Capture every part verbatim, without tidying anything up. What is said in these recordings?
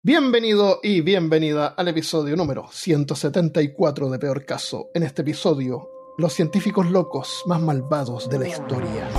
Bienvenido y bienvenida al episodio número ciento setenta y cuatro de Peor Caso. En este episodio, los científicos locos más malvados de la historia.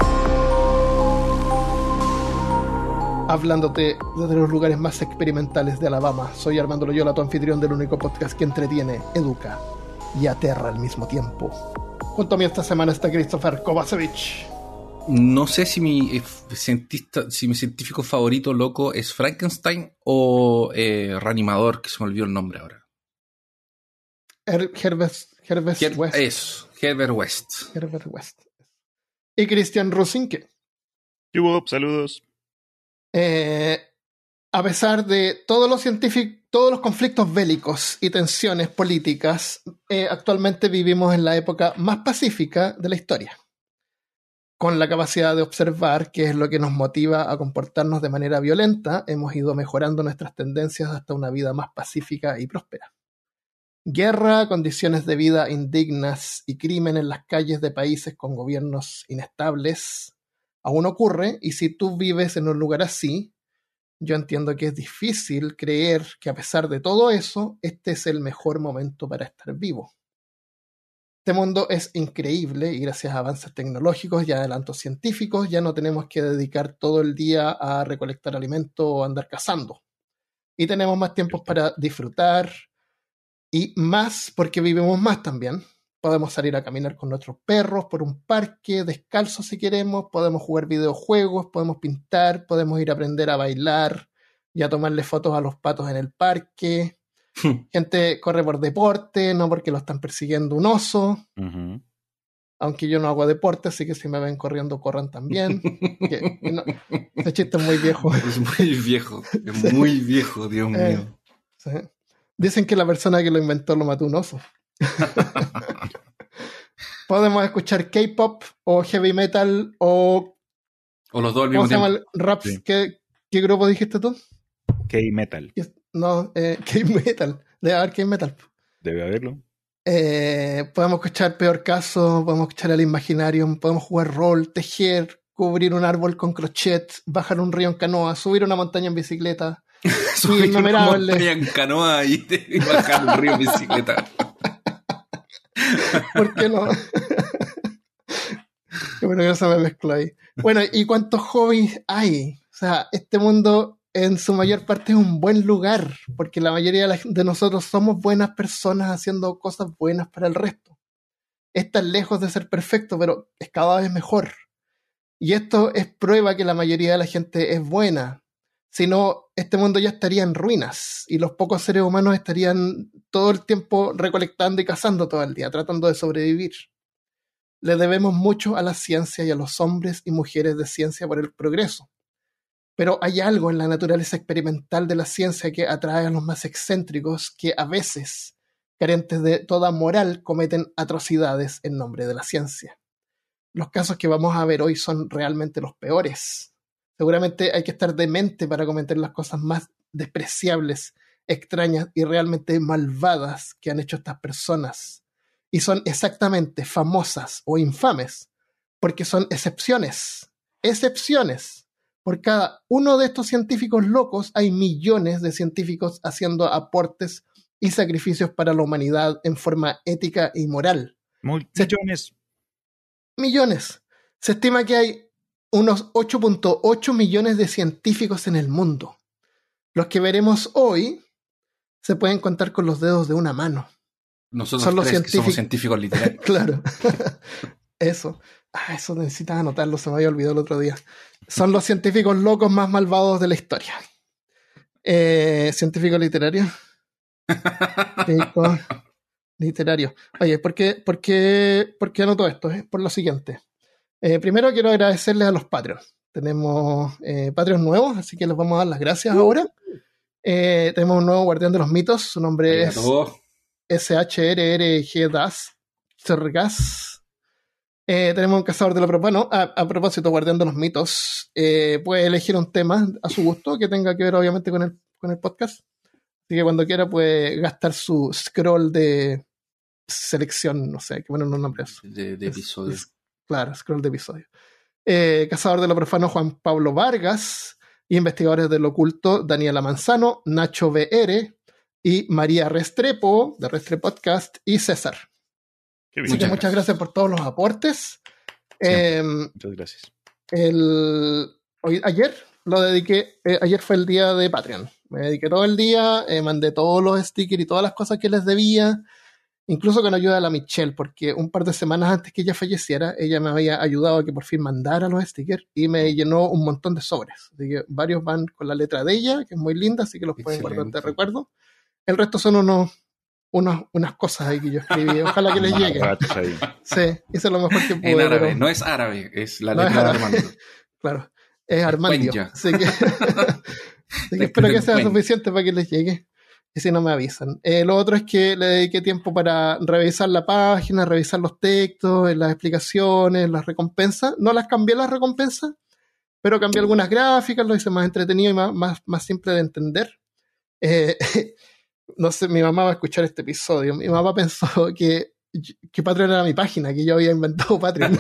Hablándote desde los lugares más experimentales de Alabama, soy Armando Loyola, tu anfitrión del único podcast que entretiene, educa y aterra al mismo tiempo. Junto a mí esta semana está Christopher Kovacevic. No sé si mi eh, cientista, si mi científico favorito loco es Frankenstein o eh, Reanimador, que se me olvidó el nombre ahora. Her Herbert, Herbert Her West. Eso, Herbert West. Herbert West. Y Christian Rusinke. Yubo, saludos. Eh, a pesar de todos los científicos, todos los conflictos bélicos y tensiones políticas, eh, actualmente vivimos en la época más pacífica de la historia, con la capacidad de observar qué es lo que nos motiva a comportarnos de manera violenta. Hemos ido mejorando nuestras tendencias hasta una vida más pacífica y próspera. Guerra, condiciones de vida indignas y crimen en las calles de países con gobiernos inestables aún ocurre, y si tú vives en un lugar así, yo entiendo que es difícil creer que a pesar de todo eso, este es el mejor momento para estar vivo. Este mundo es increíble y gracias a avances tecnológicos y adelantos científicos ya no tenemos que dedicar todo el día a recolectar alimento o andar cazando. Y tenemos más tiempos para disfrutar y más porque vivimos más también. Podemos salir a caminar con nuestros perros por un parque, descalzos si queremos, podemos jugar videojuegos, podemos pintar, podemos ir a aprender a bailar y a tomarle fotos a los patos en el parque. Gente corre por deporte, no porque lo están persiguiendo un oso. Uh-huh. Aunque yo no hago deporte, así que si me ven corriendo, corran también. que, que no, ese chiste es muy viejo. Es muy viejo, es muy viejo, Dios mío. Eh, sí. Dicen que la persona que lo inventó lo mató un oso. Podemos escuchar K-pop o heavy metal o... O los dos al ¿Cómo mismo se llama tiempo. el rap? Sí. ¿Qué, ¿Qué grupo dijiste tú? K-Metal. No, eh, K-Metal. Debe haber K-Metal. Debe haberlo. Eh, podemos escuchar Peor Caso, podemos escuchar el Imaginarium, podemos jugar rol, tejer, cubrir un árbol con crochet, bajar un río en canoa, subir una montaña en bicicleta. Subir una montaña en canoa y, y bajar un río en bicicleta. ¿Por qué no? Qué bueno que no se me mezcló ahí. Bueno, ¿y cuántos hobbies hay? O sea, este mundo en su mayor parte es un buen lugar, porque la mayoría de, la, de nosotros somos buenas personas haciendo cosas buenas para el resto. Es tan lejos de ser perfecto, pero es cada vez mejor. Y esto es prueba que la mayoría de la gente es buena. Si no, este mundo ya estaría en ruinas y los pocos seres humanos estarían todo el tiempo recolectando y cazando todo el día, tratando de sobrevivir. Le debemos mucho a la ciencia y a los hombres y mujeres de ciencia por el progreso. Pero hay algo en la naturaleza experimental de la ciencia que atrae a los más excéntricos que a veces, carentes de toda moral, cometen atrocidades en nombre de la ciencia. Los casos que vamos a ver hoy son realmente los peores. Seguramente hay que estar demente para cometer las cosas más despreciables, extrañas y realmente malvadas que han hecho estas personas. Y son exactamente famosas o infames, porque son excepciones. Excepciones. Por cada uno de estos científicos locos hay millones de científicos haciendo aportes y sacrificios para la humanidad en forma ética y moral. Millones. Millones. Se estima que hay unos ocho punto ocho millones de científicos en el mundo. Los que veremos hoy se pueden contar con los dedos de una mano. Nosotros Son los tres científic- que somos científicos literarios. Claro. Eso. Ah, eso necesitas anotarlo, se me había olvidado el otro día. Son los científicos locos más malvados de la historia. Eh, científico literario. Científico literario. Oye, ¿por qué, por qué, por qué anoto esto? Es por lo siguiente. Eh, primero quiero agradecerles a los Patreons. Tenemos eh, Patreons nuevos, así que les vamos a dar las gracias uh. ahora. Eh, tenemos un nuevo guardián de los mitos. Su nombre es S H R R G Das Sergas. Eh, tenemos un cazador de la propano. A, a propósito, guardián de los mitos. Eh, puede elegir un tema a su gusto que tenga que ver obviamente con el, con el podcast. Así que cuando quiera puede gastar su scroll de selección, no sé, que bueno, no nombre eso. De, de episodio. Es, es, Claro, scroll de episodio. Eh, Cazador de lo Profano, Juan Pablo Vargas. y investigadores del oculto Daniela Manzano, Nacho V R y María Restrepo, de Restrepo Podcast, y César. Qué Así bien. que muchas gracias por todos los aportes. Eh, Muchas gracias. el, hoy, ayer lo dediqué, eh, ayer fue el día de Patreon. Me dediqué todo el día, eh, mandé todos los stickers y todas las cosas que les debía, incluso con ayuda de la Michelle, porque un par de semanas antes que ella falleciera, ella me había ayudado a que por fin mandara los stickers y me llenó un montón de sobres. Así que varios van con la letra de ella, que es muy linda, así que los pueden Excelente. guardar de recuerdo. El resto son unos, unos unas cosas ahí que yo escribí. Ojalá que les llegue. Ratos ahí. Sí, hice lo mejor que pude. En árabe, pero- no es árabe, es la No es letra de árabe. Armando. Claro, es Armandio. Cuenya. Así que, así que espero que sea suficiente para que les llegue. Y si no me avisan. Eh, lo otro es que le dediqué tiempo para revisar la página, revisar los textos, las explicaciones, las recompensas. No las cambié las recompensas, pero cambié algunas gráficas, lo hice más entretenido y más, más, más simple de entender. Eh, no sé, mi mamá va a escuchar este episodio. Mi mamá pensó que, que Patreon era mi página, que yo había inventado Patreon.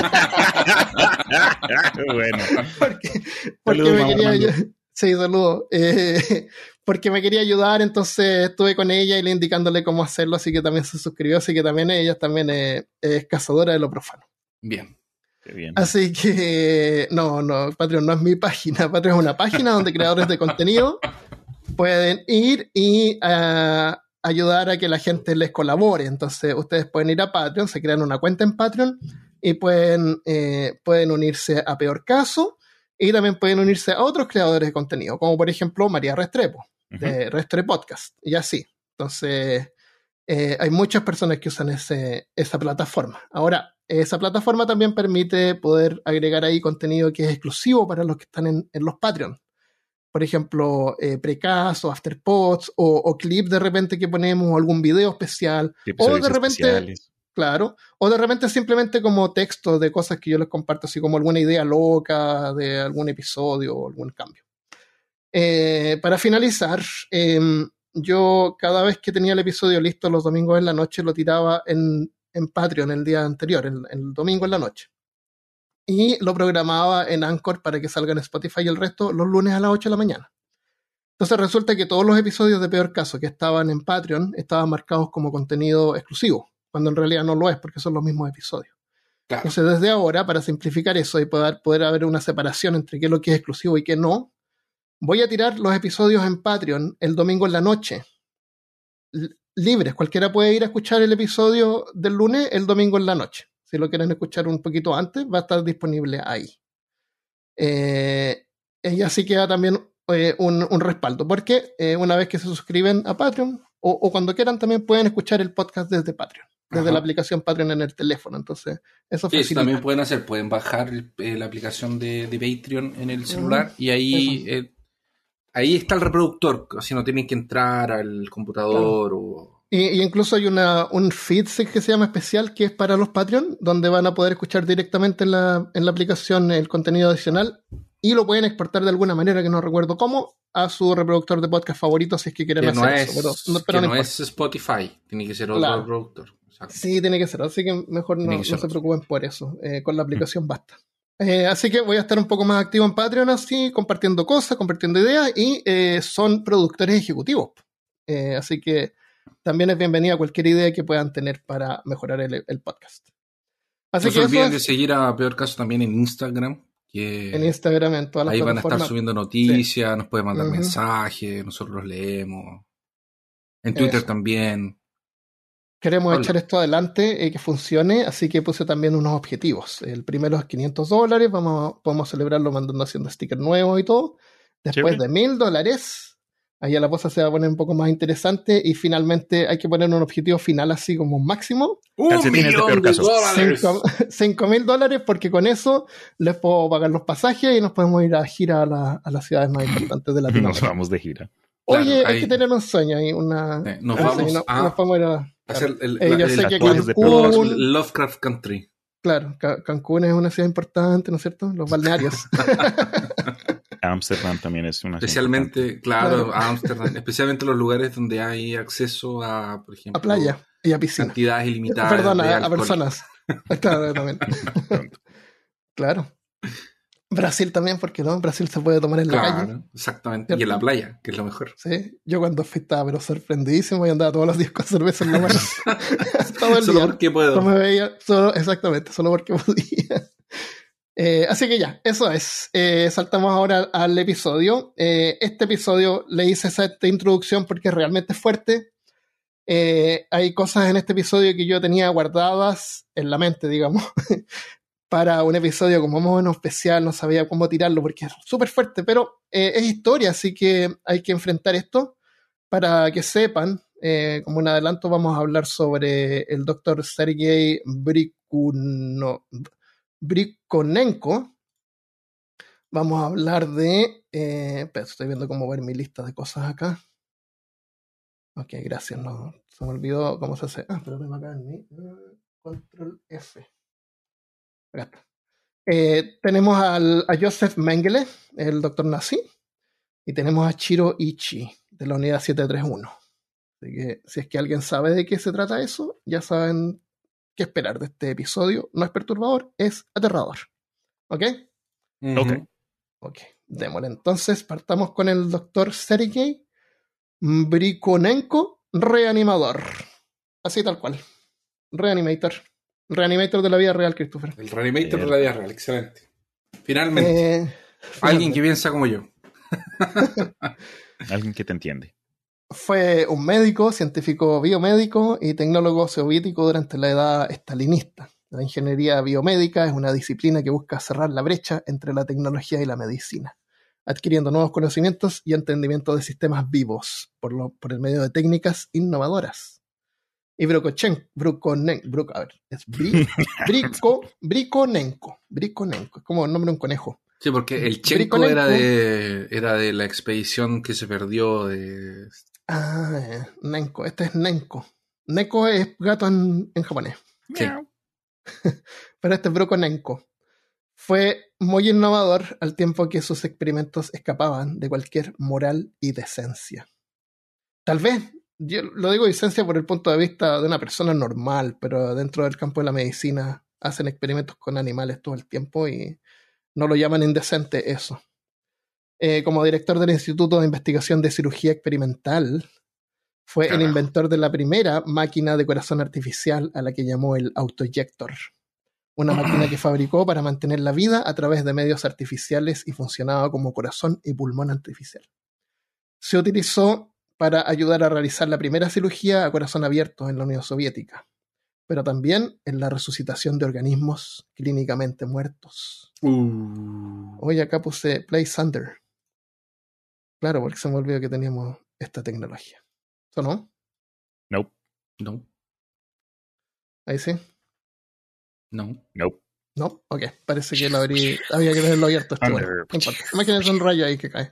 Bueno, porque porque Saludos, me mamá quería Armando. ayu- sí, saludo. Eh, porque me quería ayudar, entonces estuve con ella y le indicándole cómo hacerlo, así que también se suscribió, así que también ella también es, es cazadora de lo profano. Bien. qué bien. Así que no, no, Patreon no es mi página, Patreon es una página donde creadores de contenido pueden ir y uh, ayudar a que la gente les colabore. Entonces ustedes pueden ir a Patreon, se crean una cuenta en Patreon y pueden, eh, pueden unirse a Peor Caso y también pueden unirse a otros creadores de contenido, como por ejemplo María Restrepo, de Ujú. Restre Podcast, y así. Entonces, eh, hay muchas personas que usan ese, esa plataforma. Ahora, esa plataforma también permite poder agregar ahí contenido que es exclusivo para los que están en, en los Patreon. Por ejemplo, eh, precaso, afterpods o, o clip de repente que ponemos, o algún video especial, Episodios o de repente, especiales. claro, o de repente simplemente como texto de cosas que yo les comparto, así como alguna idea loca de algún episodio o algún cambio. Eh, para finalizar, eh, yo cada vez que tenía el episodio listo los domingos en la noche lo tiraba en, en Patreon el día anterior, el, el domingo en la noche. Y lo programaba en Anchor para que salga en Spotify y el resto los lunes a las ocho de la mañana. Entonces resulta que todos los episodios de Peor Caso que estaban en Patreon estaban marcados como contenido exclusivo, cuando en realidad no lo es porque son los mismos episodios. Claro. Entonces desde ahora, para simplificar eso y poder, poder haber una separación entre qué es lo que es exclusivo y qué no, voy a tirar los episodios en Patreon el domingo en la noche, L- libres. Cualquiera puede ir a escuchar el episodio del lunes el domingo en la noche. Si lo quieren escuchar un poquito antes, va a estar disponible ahí. Eh, y así queda también eh, un, un respaldo, porque eh, una vez que se suscriben a Patreon, o, o cuando quieran, también pueden escuchar el podcast desde Patreon, desde Ajá. la aplicación Patreon en el teléfono. Entonces, eso Sí, eso facilita. también pueden hacer, pueden bajar el- eh, la aplicación de, de Patreon en el celular y ahí, eh, ahí está el reproductor, así no tienen que entrar al computador o... Y, y incluso hay una, un feed que se llama especial que es para los Patreon, donde van a poder escuchar directamente en la, en la aplicación el contenido adicional y lo pueden exportar de alguna manera, que no recuerdo cómo, a su reproductor de podcast favorito si es que quieren Que hacer no, eso. es, Pero, no, pero que no no importa. es Spotify, tiene que ser otro Claro. reproductor. Exacto. Sí, tiene que ser, así que mejor Tiene no, que ser no se otro. preocupen por eso. Eh, con la aplicación basta. Eh, así que voy a estar un poco más activo en Patreon, así, compartiendo cosas, compartiendo ideas, y eh, son productores ejecutivos. Eh, así que también es bienvenida cualquier idea que puedan tener para mejorar el, el podcast. Así No se que olviden eso de es seguir a Peor Caso también en Instagram, que en Instagram, en todas las ahí van a plataformas. estar subiendo noticias, nos pueden mandar Ujú. mensajes, nosotros los leemos. En Twitter Eso. también. Queremos Habla. echar esto adelante y que funcione, así que puse también unos objetivos. El primero es quinientos dólares, vamos, podemos celebrarlo mandando haciendo stickers nuevos y todo. Después Chévere. de mil dólares, ahí la cosa se va a poner un poco más interesante y finalmente hay que poner un objetivo final así como un máximo. ¡Un Calcetines de millón Peor de Caso. dólares! cinco mil dólares, porque con eso les puedo pagar los pasajes y nos podemos ir a gira a, la- a las ciudades más importantes de Nos Latinoamérica. vamos de gira. Claro, Oye, hay ahí- que tener un sueño y una... Eh, nos sí, vamos no- a nos podemos ir a- hacer el, Eh, la- yo el sé que tatuajes de Cancún, Lovecraft Country. claro, Ca- Cancún es una ciudad importante, ¿no es cierto? Los balnearios. Amsterdam también es una ciudad Especialmente, claro, Claro. a Ámsterdam, especialmente los lugares donde hay acceso a, por ejemplo, A playa y a piscina. cantidades ilimitadas Perdona, de a alcohol. personas. Claro, también. importante. Claro. Brasil también, porque no, en Brasil se puede tomar en la Claro, calle. exactamente. ¿Cierto? Y en la playa, que es lo mejor. Sí, yo cuando fui estaba pero sorprendidísimo y andaba todos los días con cerveza en la mano. Todo el Solo día. porque puedo. No me veía, solo, exactamente, solo porque podía. Eh, así que ya, eso es. Eh, saltamos ahora al episodio. Eh, este episodio le hice esa esta introducción porque es realmente fuerte. Eh, hay cosas en este episodio que yo tenía guardadas en la mente, digamos, para un episodio como más o menos especial. No sabía cómo tirarlo porque es súper fuerte, pero eh, es historia, así que hay que enfrentar esto para que sepan. Eh, como un adelanto, vamos a hablar sobre el doctor Sergei Brikuno, Brikonenko. Vamos a hablar de... Eh, pero estoy viendo cómo ver mi lista de cosas acá. Ok, gracias. No, se me olvidó cómo se hace. Ah, pero tengo acá en mi... Uh, Control F. Acá está. Eh, tenemos al, a Joseph Mengele, el doctor nazi, y tenemos a Chiro Ichi, de la unidad siete tres uno. Así que si es que alguien sabe de qué se trata eso, ya saben qué esperar de este episodio. No es perturbador, es aterrador. ¿Ok? Uh-huh. Ok. Ok, démosle. Entonces partamos con el doctor Sergei Brikonenko, reanimador. Así tal cual. Reanimator. Reanimator de la vida real, Christopher. El Reanimator de la vida real, excelente. Finalmente. Eh, Alguien que piensa como yo. Alguien que te entiende. Fue un médico, científico biomédico y tecnólogo soviético durante la edad estalinista. La ingeniería biomédica es una disciplina que busca cerrar la brecha entre la tecnología y la medicina, adquiriendo nuevos conocimientos y entendimiento de sistemas vivos por, lo, por el medio de técnicas innovadoras. Y Brukochen, Brukonen, Bruk, a ver, es Bri, Brico, Brikonenko, Brikonenko, es como el nombre de un conejo. Sí, porque el Chenko era de, era de la expedición que se perdió de... Ah, eh, Nenko, este es Nenko. Neko es gato en, en japonés. Sí. Pero este es Brukonenko. Fue muy innovador al tiempo que sus experimentos escapaban de cualquier moral y decencia. Tal vez, yo lo digo decencia por el punto de vista de una persona normal, pero dentro del campo de la medicina hacen experimentos con animales todo el tiempo y no lo llaman indecente eso. Eh, como director del Instituto de Investigación de Cirugía Experimental, fue Carajo. el inventor de la primera máquina de corazón artificial a la que llamó el autoyector. Una máquina que fabricó para mantener la vida a través de medios artificiales y funcionaba como corazón y pulmón artificial. Se utilizó para ayudar a realizar la primera cirugía a corazón abierto en la Unión Soviética, pero también en la resucitación de organismos clínicamente muertos. Uh. Hoy acá puse Play Thunder. Claro, porque se me olvidó que teníamos esta tecnología. ¿Eso no? Nope. No. Ahí sí. No. Nope. No, ok. Parece que lo abrí, había que tenerlo abierto. Esto, bueno, no importa. Imagínense un rayo ahí que cae.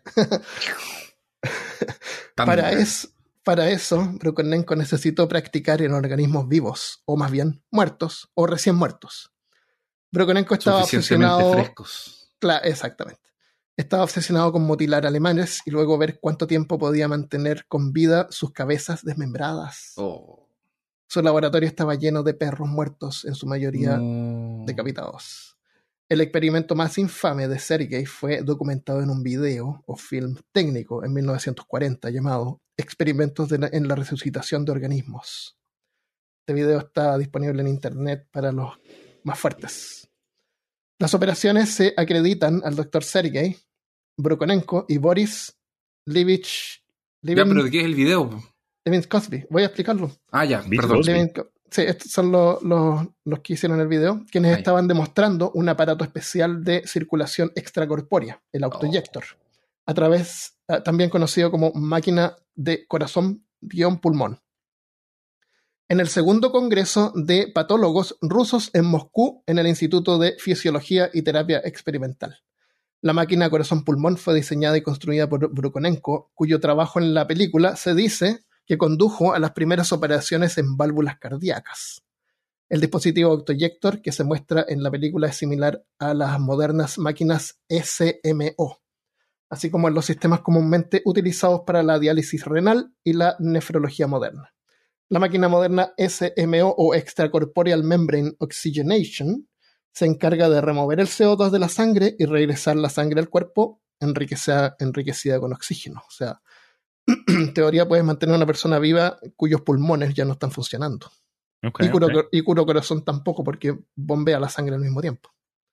para, es, para eso, Brukonenko necesitó practicar en organismos vivos, o más bien muertos, o recién muertos. Brukonenko estaba obsesionado... frescos. Claro, exactamente. Estaba obsesionado con mutilar alemanes y luego ver cuánto tiempo podía mantener con vida sus cabezas desmembradas. Oh. Su laboratorio estaba lleno de perros muertos, en su mayoría no. decapitados. El experimento más infame de Sergei fue documentado en un video o film técnico en mil novecientos cuarenta llamado Experimentos de la, en la resucitación de organismos. Este video está disponible en internet para los más fuertes. Las operaciones se acreditan al doctor Sergei Brukonenko y Boris Levich. Ya, pero ¿de qué es el video? Levin Cosby. Voy a explicarlo. Ah, ya, Bill perdón. Levin, sí, estos son los, los, los que hicieron el video, quienes Ahí. estaban demostrando un aparato especial de circulación extracorpórea, el autoyector, oh. a través, también conocido como máquina de corazón-pulmón. En el segundo congreso de patólogos rusos en Moscú, en el Instituto de Fisiología y Terapia Experimental. La máquina corazón-pulmón fue diseñada y construida por Brukonenko, cuyo trabajo en la película se dice que condujo a las primeras operaciones en válvulas cardíacas. El dispositivo autoyector que se muestra en la película es similar a las modernas máquinas S M O, así como en los sistemas comúnmente utilizados para la diálisis renal y la nefrología moderna. La máquina moderna S M O o Extracorporeal Membrane Oxygenation se encarga de remover el C O dos de la sangre y regresar la sangre al cuerpo enriquecida, enriquecida con oxígeno. O sea, en teoría puedes mantener a una persona viva cuyos pulmones ya no están funcionando. Okay, y, cuyo, okay. y cuyo corazón tampoco, porque bombea la sangre al mismo tiempo.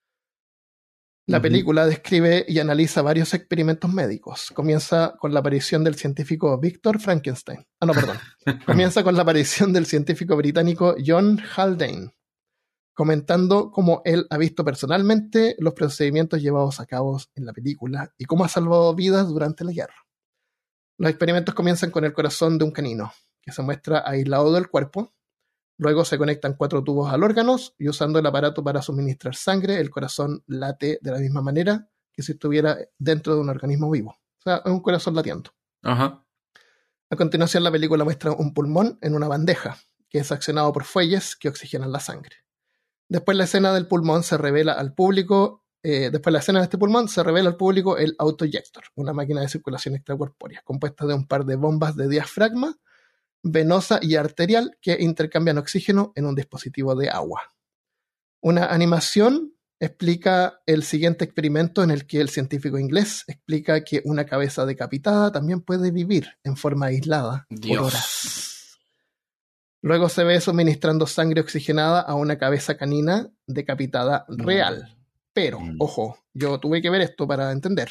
La Ujú. película describe y analiza varios experimentos médicos. Comienza con la aparición del científico Victor Frankenstein. Ah, no, perdón. Comienza con la aparición del científico británico John Haldane, comentando cómo él ha visto personalmente los procedimientos llevados a cabo en la película y cómo ha salvado vidas durante la guerra. Los experimentos comienzan con el corazón de un canino, que se muestra aislado del cuerpo. Luego se conectan cuatro tubos al órgano y usando el aparato para suministrar sangre, el corazón late de la misma manera que si estuviera dentro de un organismo vivo. O sea, es un corazón latiendo. Ajá. A continuación, la película muestra un pulmón en una bandeja, que es accionado por fuelles que oxigenan la sangre. Después la escena del pulmón se revela al público, eh, después la escena de este pulmón se revela al público el autoyector, una máquina de circulación extracorpórea, compuesta de un par de bombas de diafragma, venosa y arterial que intercambian oxígeno en un dispositivo de agua. Una animación explica el siguiente experimento en el que el científico inglés explica que una cabeza decapitada también puede vivir en forma aislada Dios. por horas. Luego se ve suministrando sangre oxigenada a una cabeza canina decapitada real. Pero, Mm. ojo, yo tuve que ver esto para entender.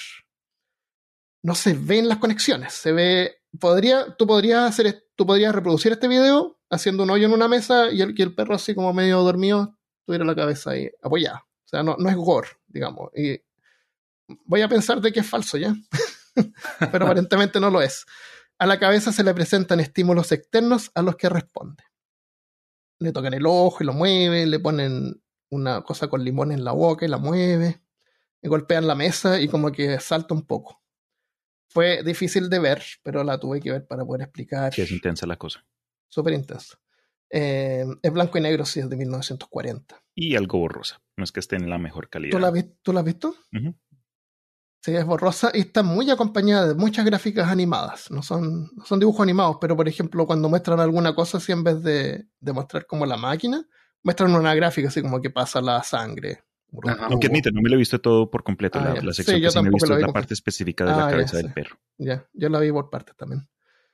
No se ven las conexiones. Se ve. Podría, tú podrías hacer, tú podrías reproducir este video haciendo un hoyo en una mesa y el, y el perro así como medio dormido tuviera la cabeza ahí apoyada. O sea, no, no es gore, digamos. Y voy a pensar de que es falso ya. Pero aparentemente no lo es. A la cabeza se le presentan estímulos externos a los que responde. Le tocan el ojo y lo mueve, le ponen una cosa con limón en la boca y la mueve, le golpean la mesa y como que salta un poco. Fue difícil de ver, pero la tuve que ver para poder explicar. Sí, es intensa la cosa. Súper intenso. Eh, es blanco y negro, sí, es de mil novecientos cuarenta. Y algo borrosa. No es que esté en la mejor calidad. ¿Tú la, vi- ¿tú la has visto? Uh-huh. Sí, es borrosa y está muy acompañada de muchas gráficas animadas. No son, no son dibujos animados, pero por ejemplo, cuando muestran alguna cosa, así en vez de, de mostrar como la máquina, muestran una gráfica así como que pasa la sangre. Ajá. Aunque admite, no me lo he visto todo por completo. Ah, la, ya. la sección Sí, yo que sí me he tampoco visto lo es vi la completo. parte específica de Ah, la ya, cabeza sí. del perro. Ya, yo la vi por partes también.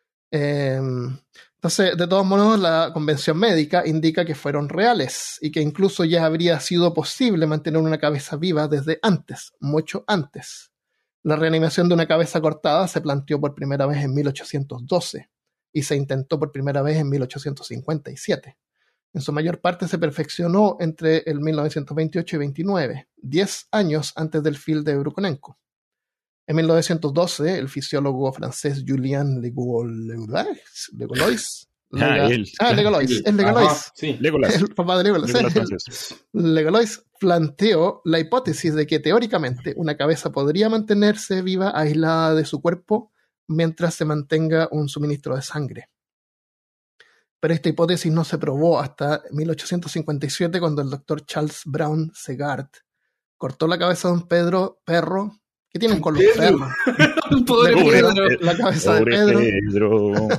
Eh, entonces, de todos modos, la convención médica indica que fueron reales y que incluso ya habría sido posible mantener una cabeza viva desde antes, mucho antes. La reanimación de una cabeza cortada se planteó por primera vez en mil ochocientos doce y se intentó por primera vez en mil ochocientos cincuenta y siete. En su mayor parte se perfeccionó entre el mil novecientos veintiocho y veintinueve, diez años antes del film de Brukhonenko. En mil novecientos doce, el fisiólogo francés Julien Legolois, Legolois, Ah, Lega- él. ah, Legolois, es Legolois, Ajá, sí. Legolas. el papá de Legolas, Legolas el- francés. Legolois planteó la hipótesis de que teóricamente una cabeza podría mantenerse viva aislada de su cuerpo mientras se mantenga un suministro de sangre. Pero esta hipótesis no se probó hasta mil ochocientos cincuenta y siete cuando el doctor Charles Brown Segard cortó la cabeza de un Pedro, perro. ¿Qué tienen con los Pedro. perros? Pobre Le cortó Pedro. la cabeza de Pobre Pedro, Pedro.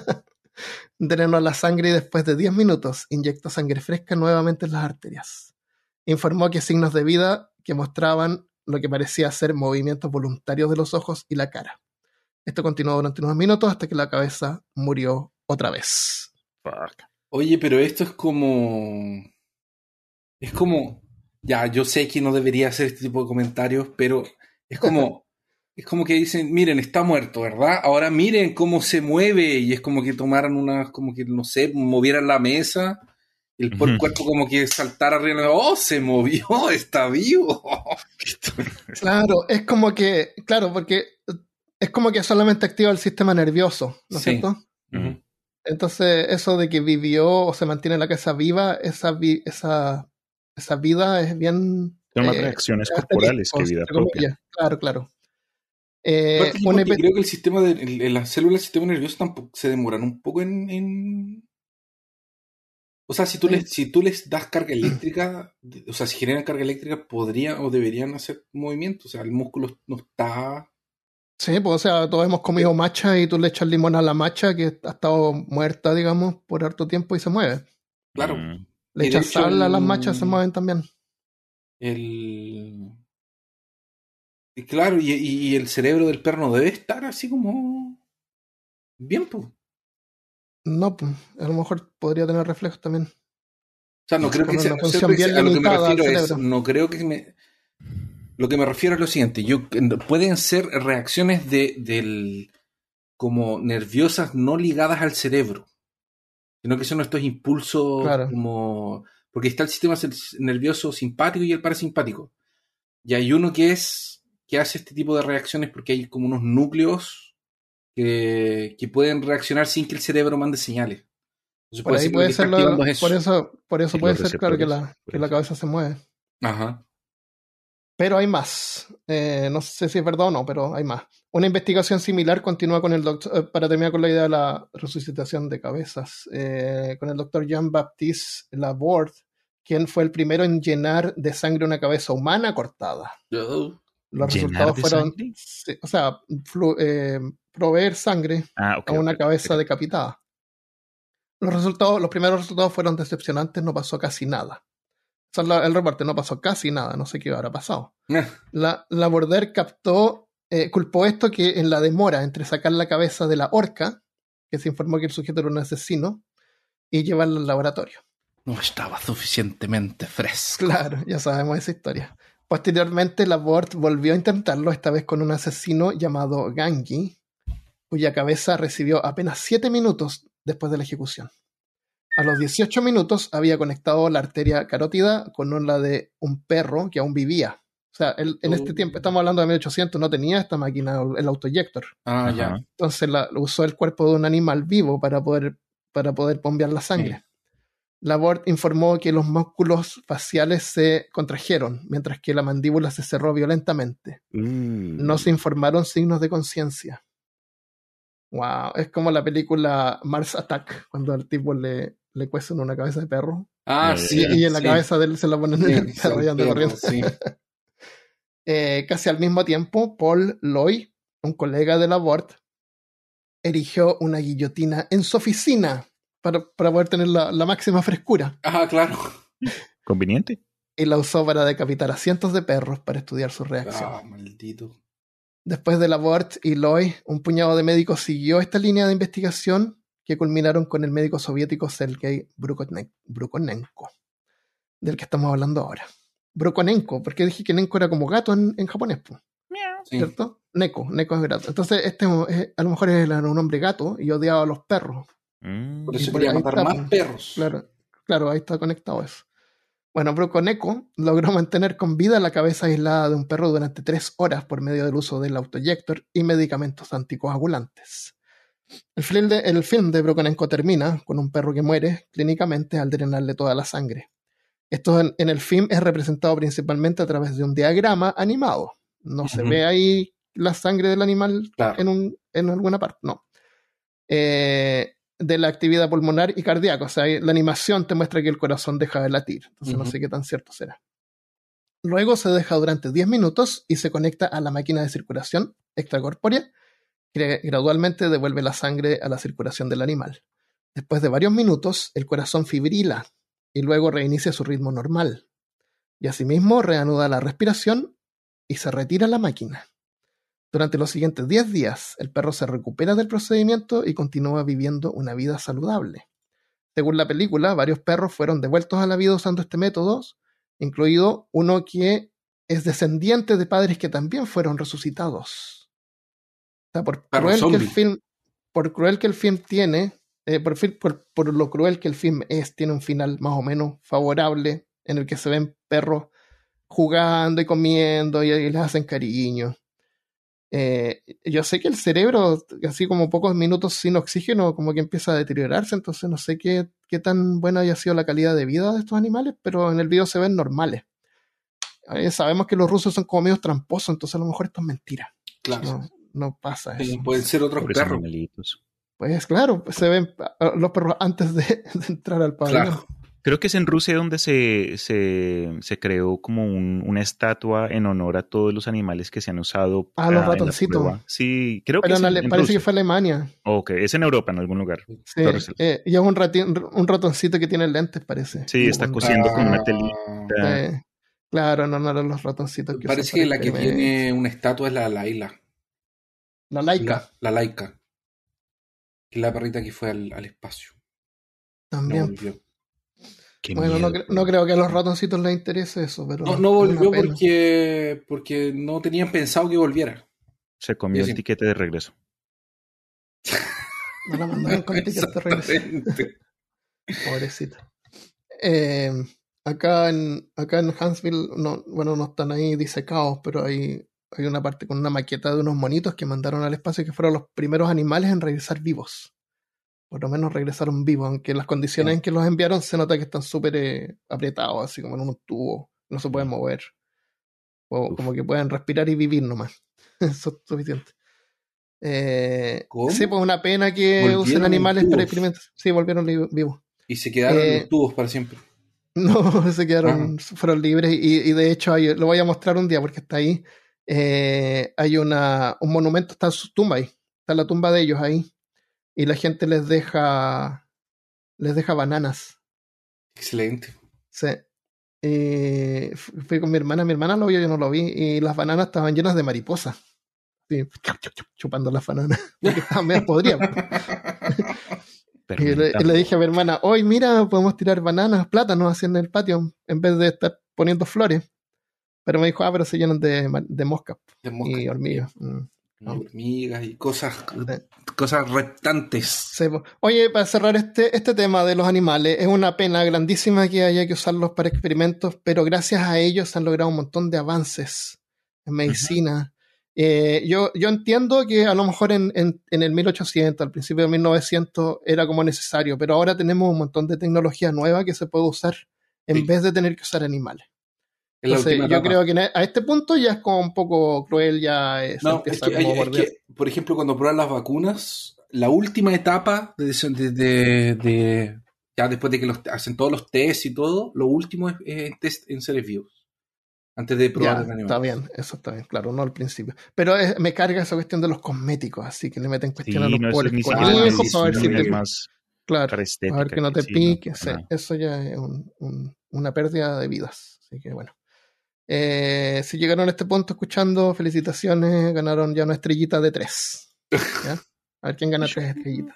drenó la sangre y después de diez minutos inyectó sangre fresca nuevamente en las arterias. Informó que signos de vida que mostraban lo que parecía ser movimientos voluntarios de los ojos y la cara. Esto continuó durante unos minutos hasta que la cabeza murió otra vez. Fuck. Oye, pero esto es como. Es como. Ya, yo sé que no debería hacer este tipo de comentarios, pero es como. Es como que dicen, miren, está muerto, ¿verdad? Ahora miren cómo se mueve. Y es como que tomaran una, como que, no sé, movieran la mesa. El Ujú. cuerpo como que saltara arriba. ¡Oh, se movió! ¡Está vivo! Claro, es como que, claro, porque es como que solamente activa el sistema nervioso, ¿no es Sí. cierto? Ujú. Entonces, eso de que vivió o se mantiene la cabeza viva, esa, vi- esa, esa vida es bien... Son más eh, reacciones característico, corporales que vida entre propia. comillas. Claro, claro. Eh, Aparte que una porque hiper- creo que el sistema de, el- el- las células del sistema nervioso tampoco se demoran un poco en, en- o sea, si tú les, si tú les das carga eléctrica, de- o sea, si generan carga eléctrica, podrían o deberían hacer movimiento. O sea, el músculo no está. Sí, pues o sea, todos hemos comido matcha y tú le echas limón a la matcha que ha estado muerta, digamos, por harto tiempo y se mueve. Claro. Mm. Le Y de echas hecho, sal a las el- machas, se mueven también. el... y claro, y, y- y el cerebro del perro no debe estar así como bien, pues. O No, pues, a lo mejor podría tener reflejos también, sea, no creo con que sea, una no sé lo función que bien sea, a lo que me limitada al refiero es, cerebro. no creo que me... Lo que me refiero es lo siguiente, yo pueden ser reacciones de, del, como nerviosas no ligadas al cerebro, sino que son estos impulsos Claro. como... Porque está el sistema nervioso simpático y el parasimpático. Y hay uno que es que hace este tipo de reacciones porque hay como unos núcleos que, que pueden reaccionar sin que el cerebro mande señales. Entonces Por puede ahí ser que lo que puede está ser activando lo, es por eso. eso, por eso Sí, puede los ser, claro, que receptores. la, que Puede la ser. cabeza se mueve. Ajá. Pero hay más. Eh, no sé si es verdad o no, pero hay más. Una investigación similar continúa con el doctor, eh, para terminar con la idea de la resucitación de cabezas, eh, con el doctor Jean-Baptiste Laborde, quien fue el primero en llenar de sangre una cabeza humana cortada. Yo- Los ¿Llenar resultados de fueron, sangre? sí, o sea, flu- eh, proveer sangre Ah, ok, a ok, una ok, cabeza ok. decapitada. Los resultados, los primeros resultados fueron decepcionantes, no pasó casi nada. O sea, la- el reporte no pasó casi nada, no sé qué habrá pasado. La, la Border captó, eh, culpó esto que en la demora entre sacar la cabeza de la horca, que se informó que el sujeto era un asesino, y llevarla al laboratorio. No estaba suficientemente fresco. Claro, ya sabemos esa historia. Posteriormente, la Laborde volvió a intentarlo, esta vez con un asesino llamado Gangi, cuya cabeza recibió apenas siete minutos después de la ejecución. A los dieciocho minutos había conectado la arteria carótida con la de un perro que aún vivía. O sea, él, en este tiempo, estamos hablando de mil ochocientos, no tenía esta máquina, el autoyector. Ah, ya. Ajá. Entonces la, usó el cuerpo de un animal vivo para poder, para poder bombear la sangre. Laborde informó que los músculos faciales se contrajeron, mientras que la mandíbula se cerró violentamente. Mm. No se informaron signos de conciencia. Wow, es como la película Mars Attack, cuando al tipo le, le cuecen una cabeza de perro. Ah, Ya, ya, sí. ya. Y, y en la sí. cabeza de él se la ponen en el Sí, perro y anda perro, corriendo. sí. Eh, casi al mismo tiempo, Paul Loy, un colega de Laborde, erigió una guillotina en su oficina para, para poder tener la, la máxima frescura. Ah, claro. Conveniente. Y la usó para decapitar a cientos de perros para estudiar su reacción. Ah, maldito. Después de Laborde y Loy, un puñado de médicos siguió esta línea de investigación que culminaron con el médico soviético Sergei Brukhonenko, del que estamos hablando ahora. Brukhonenko, porque dije que Nenko era como gato en, en japonés, pues, Sí. ¿cierto? Neko, Neko es gato. Entonces, este es, a lo mejor era un hombre gato y odiaba a los perros. Mm. Por eso Y por quería ahí matar está, más pues. perros. Claro, claro, ahí está conectado eso. Bueno, Brukhonenko logró mantener con vida la cabeza aislada de un perro durante tres horas por medio del uso del autoyector y medicamentos anticoagulantes. El film de, el film de Brukhonenko termina con un perro que muere clínicamente al drenarle toda la sangre. Esto en, en el film es representado principalmente a través de un diagrama animado. No se Ujú. ve ahí la sangre del animal Claro. en, un, en alguna parte, no. Eh, de la actividad pulmonar y cardíaca. O sea, la animación te muestra que el corazón deja de latir. Entonces Ujú. no sé qué tan cierto será. Luego se deja durante diez minutos y se conecta a la máquina de circulación extracorpórea que gradualmente devuelve la sangre a la circulación del animal. Después de varios minutos, el corazón fibrila y luego reinicia su ritmo normal. Y asimismo reanuda la respiración y se retira la máquina. Durante los siguientes diez días, el perro se recupera del procedimiento y continúa viviendo una vida saludable. Según la película, varios perros fueron devueltos a la vida usando este método, incluido uno que es descendiente de padres que también fueron resucitados. O sea, por Perro cruel que el zombie. film, por cruel que el film tiene, eh, por, fi- por- por lo cruel que el film es, tiene un final más o menos favorable en el que se ven perros jugando y comiendo y, y les hacen cariño. Eh, yo sé que el cerebro, así como pocos minutos sin oxígeno, como que empieza a deteriorarse, entonces no sé qué, qué tan buena haya sido la calidad de vida de estos animales, pero en el video se ven normales. Eh, sabemos que los rusos son como medios tramposos, entonces a lo mejor esto es mentira. Claro. No, no pasa Sí, eso. pueden ser otros Pobres perros. animalitos. Pues claro, se ven ah, los perros antes de, de entrar al pabellón. Claro. Creo que es en Rusia donde se, se, se creó como un- una estatua en honor a todos los animales que se han usado Ah, los en la ratoncitos. prueba. Sí, creo que Pero es en en, Ale- en parece Rusia. que fue Alemania. Ok, es en Europa, en algún lugar. Sí, Torres. eh, y es un, rati- un ratoncito que tiene lentes, parece. Sí, Como está con- cosiendo con una Ah, telita. Sí. Claro, no, no eran los ratoncitos que Parece usan que para la que experimentos. tiene una estatua es la Laila. La laica La, la Laika. Que es la perrita que fue al, al espacio. No también. volvió. Qué Bueno, no, miedo. cre- no creo que a los ratoncitos les interese eso, pero No, no es una volvió pena. porque, porque no tenían pensado que volviera. Se comió Sí, el sí. tiquete de regreso. No la mandaron con ticket de regreso. Exactamente. Pobrecita. Eh, acá en acá en Huntsville, no, bueno, no están ahí disecados, pero hay, hay una parte con una maqueta de unos monitos que mandaron al espacio que fueron los primeros animales en regresar vivos. Por lo menos regresaron vivos, aunque las condiciones en que los enviaron se nota que están súper eh, apretados, así como en unos tubos, no se pueden mover. O Uf. como que pueden respirar y vivir nomás. Eso es suficiente. Eh, ¿Cómo? sí, pues una pena que usen Volvieron en animales para tubos experimentos. Sí, volvieron li- vivos. y se quedaron en Eh, los tubos para siempre. no, se Ajá. quedaron, fueron libres y, y de hecho hay- lo voy a mostrar un día porque está ahí. Eh, hay una, un monumento, está en su tumba ahí. Está la tumba de ellos ahí. Y la gente les deja, les deja bananas. Excelente. Sí. Y fu- fui con mi hermana, mi hermana lo vio, yo no lo vi, y las bananas estaban llenas de mariposas. Sí, chupando las bananas, porque estaban medio podridas. Y le, y le dije a mi hermana, hoy mira, podemos tirar bananas, plátanos así en el patio, en vez de estar poniendo flores. Pero me dijo, ah, pero se llenan de, ma- de moscas De moscas. y hormigas. Mm, Y no. hormigas y cosas, Sí. cosas reptantes. Sí, po. Oye, para cerrar este, este tema de los animales, es una pena grandísima que haya que usarlos para experimentos, pero gracias a ellos se han logrado un montón de avances en medicina. Eh, yo, yo entiendo que a lo mejor en, en, en el mil ochocientos, al principio de mil novecientos, era como necesario, pero ahora tenemos un montón de tecnología nueva que se puede usar en Sí. vez de tener que usar animales. Es la Entonces, última yo etapa. creo que en- a este punto ya es como un poco cruel, ya eh, se No, es empieza que, hay- como a es bordear. que, por ejemplo, cuando prueban las vacunas, la última etapa de, de- de- de- ya después de que los, hacen todos los tests y todo, lo último es, es en test en seres vivos, antes de probar Ya, en animales. está bien, eso está bien, claro, no al principio. Pero es- me carga esa cuestión de los cosméticos, así que le meten cuestión a Sí, los no, eso pobres ni siquiera es conejos sí, para ver si medicina, te... es más Claro, para para ver estética. que no te sí, no, pique, para sí, nada. eso ya es un- un- una pérdida de vidas. Así que bueno. Eh, si llegaron a este punto escuchando, felicitaciones, ganaron ya una estrellita de tres. ¿Ya? A ver quién gana tres estrellitas.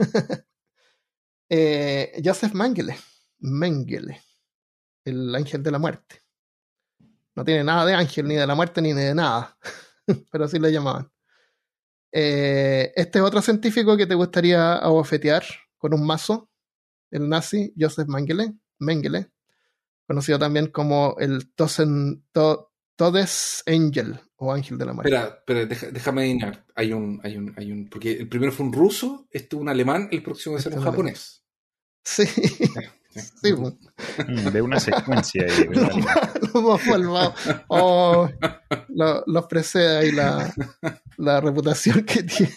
eh, Joseph Mengele, Mengele, el ángel de la muerte. No tiene nada de ángel, ni de la muerte, ni de nada. Pero así le llamaban. Eh, este es otro científico que te gustaría abofetear con un mazo, el nazi Joseph Mengele, Mengele, conocido también como el Tosen, to, Todesengel o ángel de la muerte. Espera, espera, deja- déjame adivinar. Hay un, hay un, hay un, porque el primero fue un ruso, este un alemán, el próximo va a ser Este un es un japonés. Sí, Sí, sí. sí, po. Mm, veo una secuencia ahí. Lo ¿verdad? más, lo más malvado. Oh, lo- los precede ahí la, la reputación que tiene.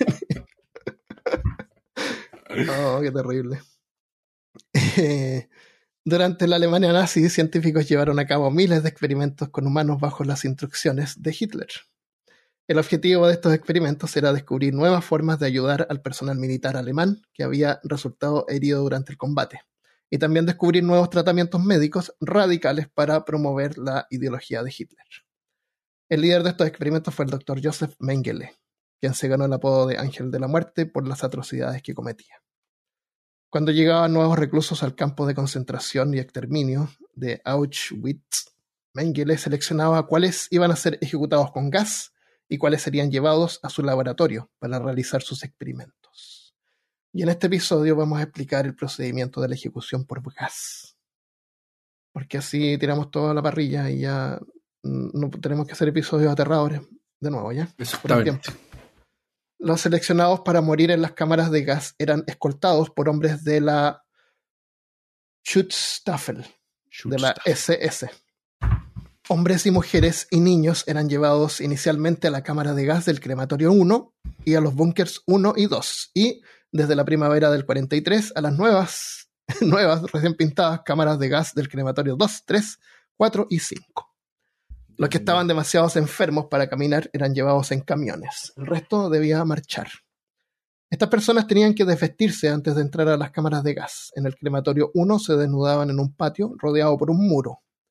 Oh, qué terrible. Eh, durante la Alemania nazi, científicos llevaron a cabo miles de experimentos con humanos bajo las instrucciones de Hitler. El objetivo de estos experimentos era descubrir nuevas formas de ayudar al personal militar alemán que había resultado herido durante el combate, y también descubrir nuevos tratamientos médicos radicales para promover la ideología de Hitler. El líder de estos experimentos fue el doctor Joseph Mengele, quien se ganó el apodo de Ángel de la Muerte por las atrocidades que cometía. Cuando llegaban nuevos reclusos al campo de concentración y exterminio de Auschwitz, Mengele seleccionaba cuáles iban a ser ejecutados con gas y cuáles serían llevados a su laboratorio para realizar sus experimentos. Y en este episodio vamos a explicar el procedimiento de la ejecución por gas. Porque así tiramos toda la parrilla y ya no tenemos que hacer episodios aterradores de nuevo, ¿ya? Por un tiempo. Los seleccionados para morir en las cámaras de gas eran escoltados por hombres de la Schutzstaffel, de la S S. Hombres y mujeres y niños eran llevados inicialmente a la cámara de gas del crematorio uno y a los búnkers uno y dos, y desde la primavera del cuarenta y tres a las nuevas, nuevas recién pintadas cámaras de gas del crematorio dos, tres, cuatro y cinco. Los que estaban demasiado enfermos para caminar eran llevados en camiones. El resto debía marchar. Estas personas tenían que desvestirse antes de entrar a las cámaras de gas. En el crematorio uno se desnudaban en un patio rodeado por un muro.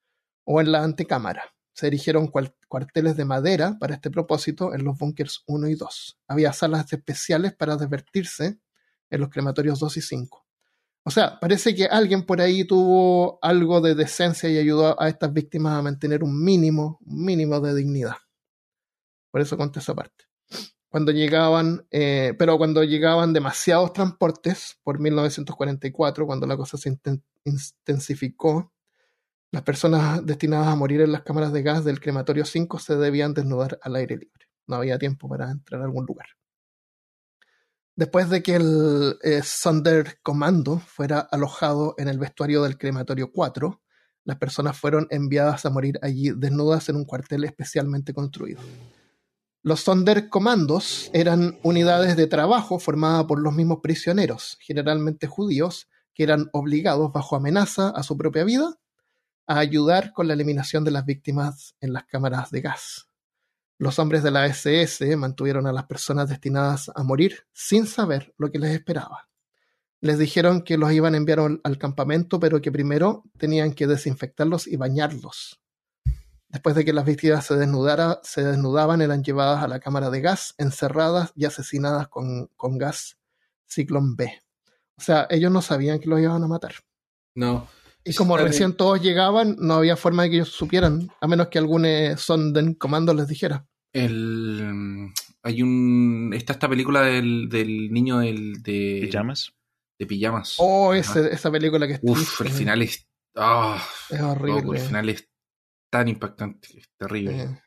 o en la antecámara. Se erigieron cual- cuarteles de madera para este propósito en los búnkers uno y dos. Había salas especiales para advertirse en los crematorios dos y cinco. O sea, parece que alguien por ahí tuvo algo de decencia y ayudó a estas víctimas a mantener un mínimo, un mínimo de dignidad. Por eso conté esa parte. Cuando llegaban, eh, pero cuando llegaban demasiados transportes, por mil novecientos cuarenta y cuatro, cuando la cosa se inten- intensificó, las personas destinadas a morir en las cámaras de gas del crematorio cinco se debían desnudar al aire libre. No había tiempo para entrar a algún lugar. Después de que el eh, Sonderkommando fuera alojado en el vestuario del crematorio cuatro, las personas fueron enviadas a morir allí desnudas en un cuartel especialmente construido. Los Sonderkommandos eran unidades de trabajo formadas por los mismos prisioneros, generalmente judíos, que eran obligados bajo amenaza a su propia vida a ayudar con la eliminación de las víctimas en las cámaras de gas. Los hombres de la ese ese mantuvieron a las personas destinadas a morir sin saber lo que les esperaba. Les dijeron que los iban a enviar al, al campamento, pero que primero tenían que desinfectarlos y bañarlos. Después de que las víctimas se, desnudara, se desnudaban, eran llevadas a la cámara de gas, encerradas y asesinadas con, con gas Ciclón B. O sea, ellos no sabían que los iban a matar. No. Y como Está recién bien. todos llegaban, no había forma de que ellos supieran, a menos que algún eh, Sonderkommando les dijera. El, hay un. Está esta película del, del niño del, de, ¿Pijamas? de pijamas. Oh, Ajá. ese, esa película que es Uf, el triste, final es. Ah, es horrible. loco, el final es tan impactante, es terrible. Eh,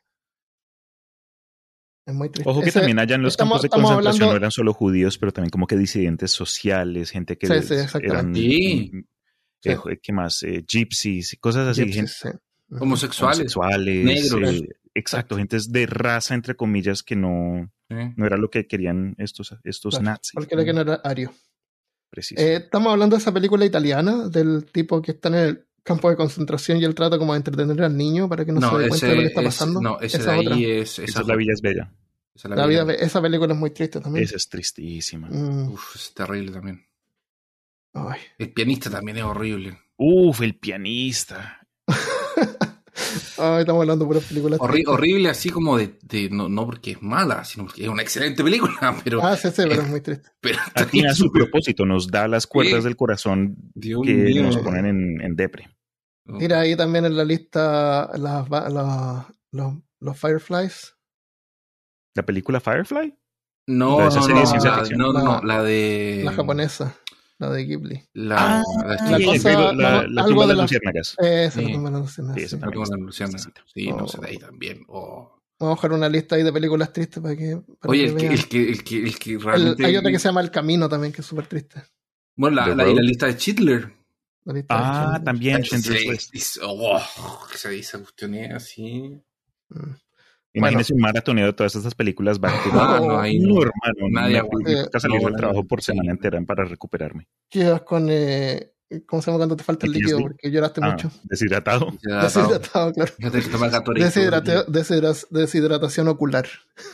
es muy triste. Ojo que Ese- también allá en los estamos- campos de estamos concentración hablando- no eran solo judíos, pero también como que disidentes sociales, gente que Sí, les- sí, exactamente. eran, Sí. mm, Sí. eh, ¿qué más? Eh, gypsies, cosas así, gente Gypsies, sí. Ujú. Homosexuales. homosexuales, negros. eh, exacto, gentes de raza, entre comillas, que no, Sí. no era lo que querían estos, estos Claro, nazis. cualquiera que no era ario. Preciso. Eh, estamos hablando de esa película italiana, del tipo que está en el campo de concentración y él trata como de entretener al niño para que no, se dé cuenta de lo que está es- pasando. no, ese Esa de otra. ahí es. Esa Esa, es La Villa es Bella. esa es La vida, vida. esa película es muy triste también. Esa es tristísima. Mm, Uf, es terrible también. ay. El pianista también es horrible. Uf, el pianista. Ay, estamos hablando de puras películas Horri- tristes. horrible así como de, de- no, no porque es mala, sino porque es una excelente película, pero, Ah, sí, sí, pero es muy triste. pero Aquí a su súper- propósito nos da las cuerdas Sí. del corazón Dios que mío. nos ponen en, en depre. Tira ahí también en la lista las, va- las- los, los Fireflies. ¿La película Firefly? No, La de esa no, serie de no, ciencia la, ficción. no, no, no, La- la de La japonesa, la de Ghibli. La, Ah, la, la sí, cosa- la, la, vamos, la algo tumba de de la- las luciérnagas. Eh, esa Sí. no me la sé, no Sí, sé. esa la también. tengo la Luciana. Sí, no Oh. sé, de ahí también. Oh. Vamos a buscar una lista ahí de películas tristes para que, para Oye, que el que, vean. el que, el que, el que El- realmente. hay otra que se llama El Camino también, que es súper triste. Bueno, la, The la, y la Road. lista de Schindler. La lista de Ah, Schindler. también Ay, Schindler's sí, List. es- oh, esa, esa cuestión es así. Mm. Imagínese un maratoneo de todas estas películas back to back. Ah, no, ahí no. No, hermano, Nadie me, aguanta. me toca salir No, del trabajo nadie. por semana Sí. entera para recuperarme. Quedas con. Eh, ¿Cómo se llama cuando te falta el P T S D? líquido? Porque lloraste Ah, mucho. deshidratado. Deshidratado, claro. Fíjate que toma Gatorade. Deshidrateo- deshidra- deshidratación ocular.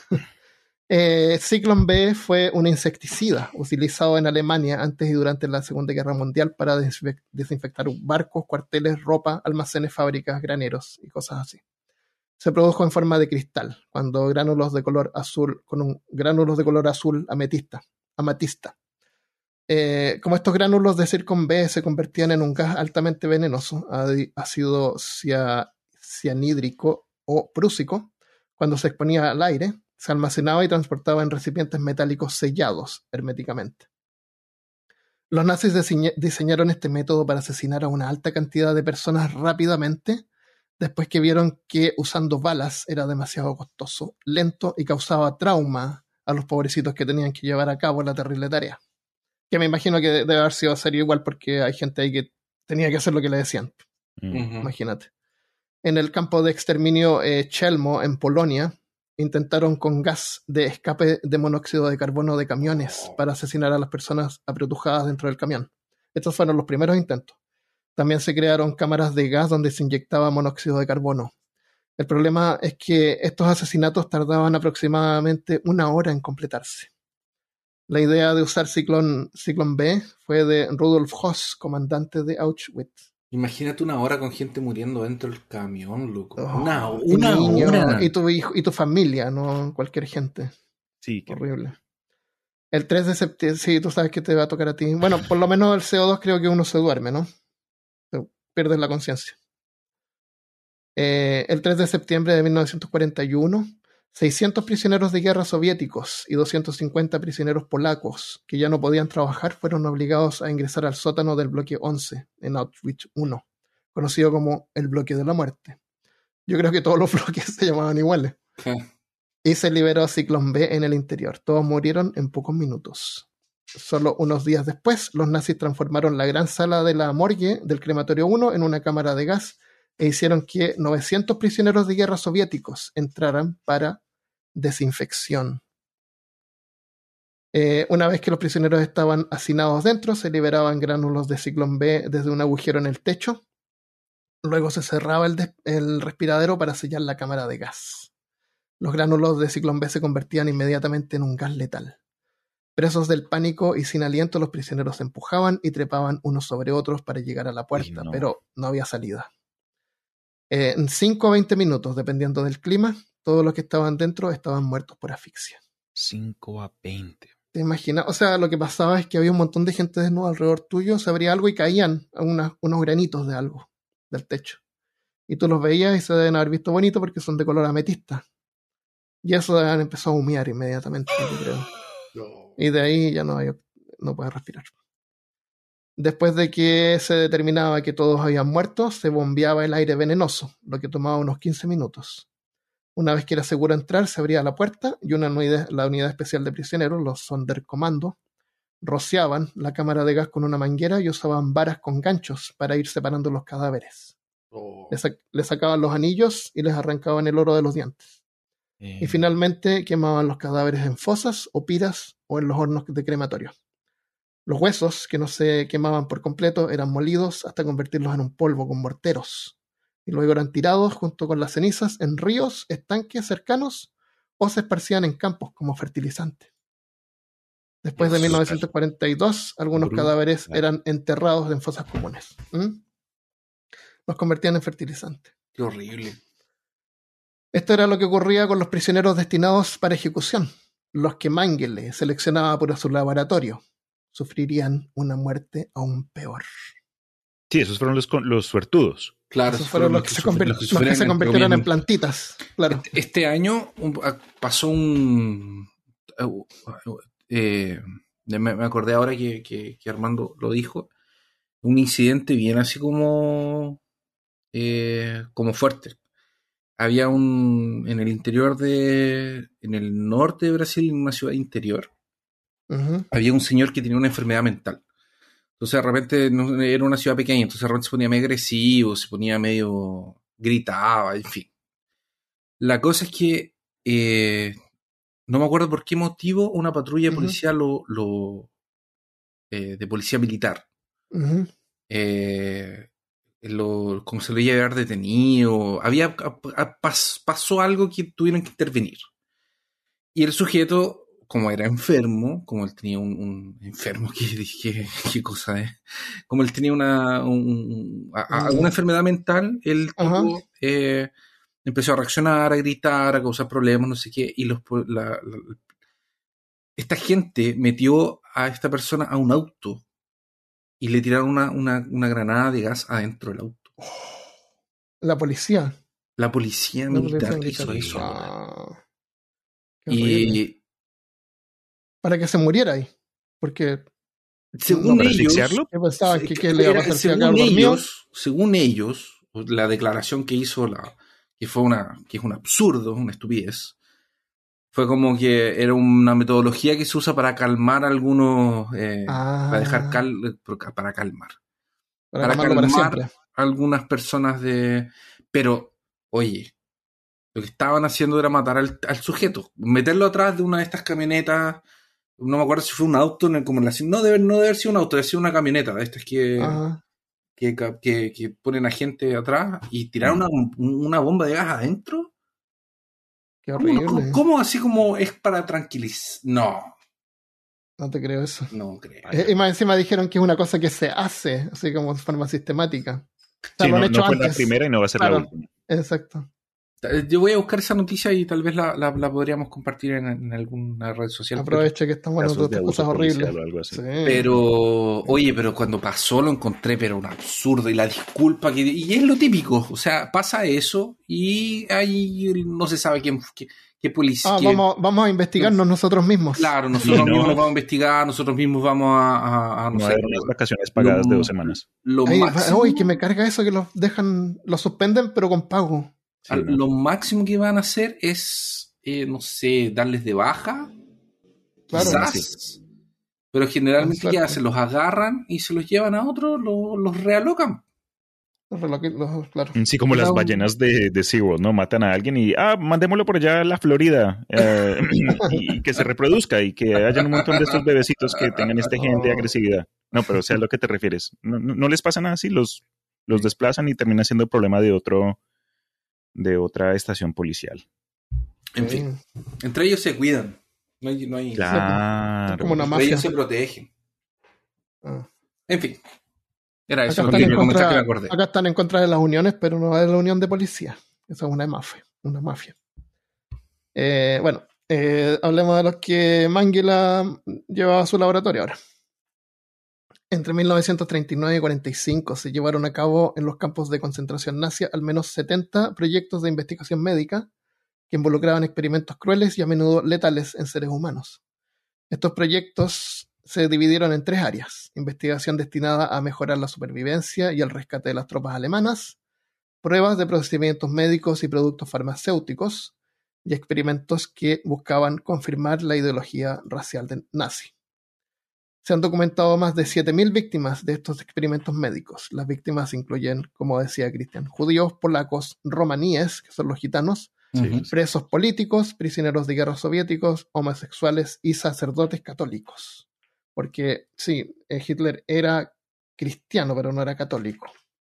eh, Zyklon B fue un insecticida utilizado en Alemania antes y durante la Segunda Guerra Mundial para desinfec- desinfectar barcos, cuarteles, ropa, almacenes, fábricas, graneros y cosas así. Se produjo en forma de cristal, cuando gránulos de color azul, con un gránulos de color azul ametista, amatista. Eh, como estos gránulos de Zyklon B se convertían en un gas altamente venenoso, adi- ácido cia- cianhídrico o prúsico, cuando se exponía al aire, se almacenaba y transportaba en recipientes metálicos sellados herméticamente. Los nazis diseña- diseñaron este método para asesinar a una alta cantidad de personas rápidamente, después que vieron que usando balas era demasiado costoso, lento y causaba trauma a los pobrecitos que tenían que llevar a cabo la terrible tarea. Que me imagino que debe haber sido serio igual porque hay gente ahí que tenía que hacer lo que le decían. Mm. Ujú. Imagínate. En el campo de exterminio eh, Chelmo, en Polonia, intentaron con gas de escape de monóxido de carbono de camiones para asesinar a las personas apretujadas dentro del camión. Estos fueron los primeros intentos. También se crearon cámaras de gas donde se inyectaba monóxido de carbono. El problema es que estos asesinatos tardaban aproximadamente una hora en completarse. La idea de usar Zyklon, Zyklon B fue de Rudolf Höss, comandante de Auschwitz. Imagínate una hora con gente muriendo dentro del camión, loco. Oh, una y una niños, hora. y tu hijo, y tu familia, no cualquier gente. Sí, qué Horrible. El tres de septiembre, sí, tú sabes que te va a tocar a ti. Bueno, por lo menos el C O dos creo que uno se duerme, ¿no? Te pierdes la conciencia. Eh, el tres de septiembre de mil novecientos cuarenta y uno, seiscientos prisioneros de guerra soviéticos y doscientos cincuenta prisioneros polacos que ya no podían trabajar fueron obligados a ingresar al sótano del bloque once en Auschwitz uno, conocido como el bloque de la muerte. Yo creo que todos los bloques se llamaban iguales. Y se liberó Ciclón B en el interior. Todos murieron en pocos minutos. Solo unos días después, los nazis transformaron la gran sala de la morgue del crematorio uno en una cámara de gas e hicieron que novecientos prisioneros de guerra soviéticos entraran para desinfección. Eh, una vez que los prisioneros estaban hacinados dentro, se liberaban gránulos de Ciclón B desde un agujero en el techo. Luego se cerraba el, de- el respiradero para sellar la cámara de gas. Los gránulos de Ciclón B se convertían inmediatamente en un gas letal. Presos del pánico y sin aliento, los prisioneros se empujaban y trepaban unos sobre otros para llegar a la puerta, Uy, no. pero no había salida. Eh, en cinco a veinte minutos, dependiendo del clima, todos los que estaban dentro estaban muertos por asfixia. cinco a veinte. ¿Te imaginas? O sea, lo que pasaba es que había un montón de gente desnuda alrededor tuyo, se abría algo y caían una, unos granitos de algo del techo. Y tú los veías y se deben haber visto bonito porque son de color ametista. Y eso deben haber empezado a humear inmediatamente, yo creo. No. Y de ahí ya no, hay, no puedes respirar. Después de que se determinaba que todos habían muerto, se bombeaba el aire venenoso, lo que tomaba unos quince minutos. Una vez que era seguro entrar, se abría la puerta y una unidad, la unidad especial de prisioneros, los Sonderkommando, rociaban la cámara de gas con una manguera y usaban varas con ganchos para ir separando los cadáveres. Oh. Les, sac- les sacaban los anillos y les arrancaban el oro de los dientes. Eh, Y finalmente quemaban los cadáveres en fosas o piras o en los hornos de crematorio. Los huesos, que no se quemaban por completo, eran molidos hasta convertirlos en un polvo con morteros. Y luego eran tirados junto con las cenizas en ríos, estanques cercanos o se esparcían en campos como fertilizante. Después de Dios. mil novecientos cuarenta y dos, algunos Brutal. cadáveres eran enterrados en fosas comunes. ¿Mm? Los convertían en fertilizante. Qué horrible. Esto era lo que ocurría con los prisioneros destinados para ejecución. Los que Mengele seleccionaba para su laboratorio sufrirían una muerte aún peor. sí, esos fueron los, con- los suertudos. Claro, Esos esos fueron los que se, convir- los que los que sufrieron se el convirtieron en gobierno. plantitas. Claro. Este año un- a- pasó un... eh, me, me acordé ahora que, que- que Armando lo dijo. Un incidente bien así como... eh, como fuerte. Había un... En el interior de... En el norte de Brasil, en una ciudad interior, Ujú. había un señor que tenía una enfermedad mental. Entonces de repente no, era una ciudad pequeña, entonces de repente se ponía medio agresivo, se ponía medio... gritaba, en fin. La cosa es que eh, no me acuerdo por qué motivo una patrulla de Ujú. policía lo, lo eh, de policía militar Ujú. eh, lo, como se lo iba a llevar detenido, había a- a- pas- pasó algo que tuvieron que intervenir. Y el sujeto, como era enfermo, como él tenía un, un enfermo, que dije, qué cosa es, como él tenía una un- a- a- Mm. alguna enfermedad mental, el Ajá. tipo eh, empezó a reaccionar, a gritar, a causar problemas, no sé qué, y los po- la- la- esta gente metió a esta persona a un auto y le tiraron una, una, una granada de gas adentro del auto. La policía. La policía La militar policía hizo militar. eso. Ah, qué horrible. Y Para que se muriera ahí. Porque según ¿Para ellos, asfixiarlo? ¿qué pensaban? se- ¿Que, que le iba a era- pasar? ¿Se iba a según quedar dormido? ellos, según ellos, la declaración que hizo la, que fue una, que es un absurdo, una estupidez, fue como que era una metodología que se usa para calmar a algunos, eh, Ah. para dejar cal, para calmar, Para, para calmarlo para calmar siempre. a algunas personas de, pero oye, lo que estaban haciendo era matar al, al sujeto, meterlo atrás de una de estas camionetas. No me acuerdo si fue un auto, en el- como en la, no debe, no debe haber sido un auto, debe ser una camioneta de estas que, Ajá. que, que, que ponen a gente atrás y tirar una, una bomba de gas adentro. Qué ¿Cómo, horrible. cómo- cómo así como es para tranquilizar? No, No te creo eso. no creo. Eh, Y más encima dijeron que es una cosa que se hace, así como de forma sistemática. O sea, Sí, lo han no, hecho no fue antes. la primera y no va a ser Claro. la última. Exacto. Yo voy a buscar esa noticia y tal vez la, la, la podríamos compartir en, en alguna red social. Pero, Aproveche que estamos hablando Casos de de otras abuso cosas horribles. policial o algo así. Sí. pero, oye, pero cuando pasó lo encontré, pero un absurdo. Y la disculpa que. Y es lo típico. O sea, pasa eso y ahí no se sabe quién. qué, qué policía. Ah, vamos, vamos a investigarnos nosotros mismos. Claro, nosotros Y no- mismos nos vamos a investigar, nosotros mismos vamos a. a- a, no No sé, hay unas vacaciones pagadas lo- de dos semanas. Lo Ay, máximo. uy, que me carga eso que los dejan, los suspenden, pero con pago. Sí, Al- ¿no? Lo máximo que van a hacer es, eh, no sé, darles de baja, Claro. quizás. Pero generalmente, Con ¿qué suerte. hacen? Los agarran y se los llevan a otros, lo- los realocan. Los reloqui- los- claro. Sí, como las Era un- ballenas de, de SeaWorld, ¿no? Matan a alguien y, ah, mandémoslo por allá a la Florida eh, y, y que se reproduzca y que hayan un montón de estos bebecitos que tengan este gen de agresividad. No, pero sea a lo que te refieres. No, no, no les pasa nada así, los, los desplazan y termina siendo problema de otro de otra estación policial. En Sí. fin, entre ellos se cuidan. No hay, no hay, Claro. Es como una entre mafia. ellos se protegen. Ah. En fin, era Acá eso lo están, que en quería comentar que me contra, acordé. acá están en contra de las uniones, pero no de la unión de policía. Esa es una mafia. Una mafia. Eh, bueno, eh, hablemos de los que Mengele llevaba a su laboratorio ahora. Entre mil novecientos treinta y nueve y cuarenta y cinco se llevaron a cabo en los campos de concentración nazi al menos setenta proyectos de investigación médica que involucraban experimentos crueles y a menudo letales en seres humanos. Estos proyectos se dividieron en tres áreas: investigación destinada a mejorar la supervivencia y el rescate de las tropas alemanas, pruebas de procedimientos médicos y productos farmacéuticos, y experimentos que buscaban confirmar la ideología racial de nazi. Se han documentado más de siete mil víctimas de estos experimentos médicos. Las víctimas incluyen, como decía Cristian, judíos, polacos, romaníes, que son los gitanos, Ujú. presos políticos, prisioneros de guerra soviéticos, homosexuales y sacerdotes católicos. Porque, sí, eh, Hitler era cristiano, pero no era católico.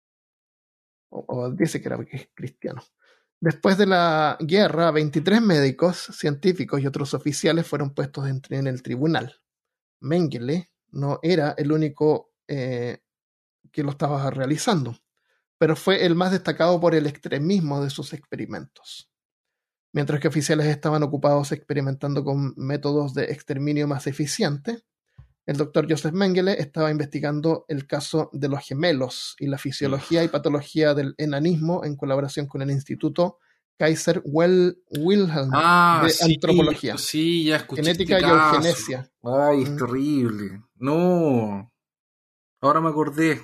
O, o dice que era cristiano. Después de la guerra, veintitrés médicos, científicos y otros oficiales fueron puestos en, en el tribunal. Mengele no era el único eh, que lo estaba realizando, pero fue el más destacado por el extremismo de sus experimentos. Mientras que oficiales estaban ocupados experimentando con métodos de exterminio más eficientes, el doctor Joseph Mengele estaba investigando el caso de los gemelos y la fisiología y patología del enanismo en colaboración con el Instituto Kaiser Wilhelm Ah, de sí, antropología, sí, ya escuché genética este y caso. eugenesia. Ay, es Mm. terrible. No. Ahora me acordé.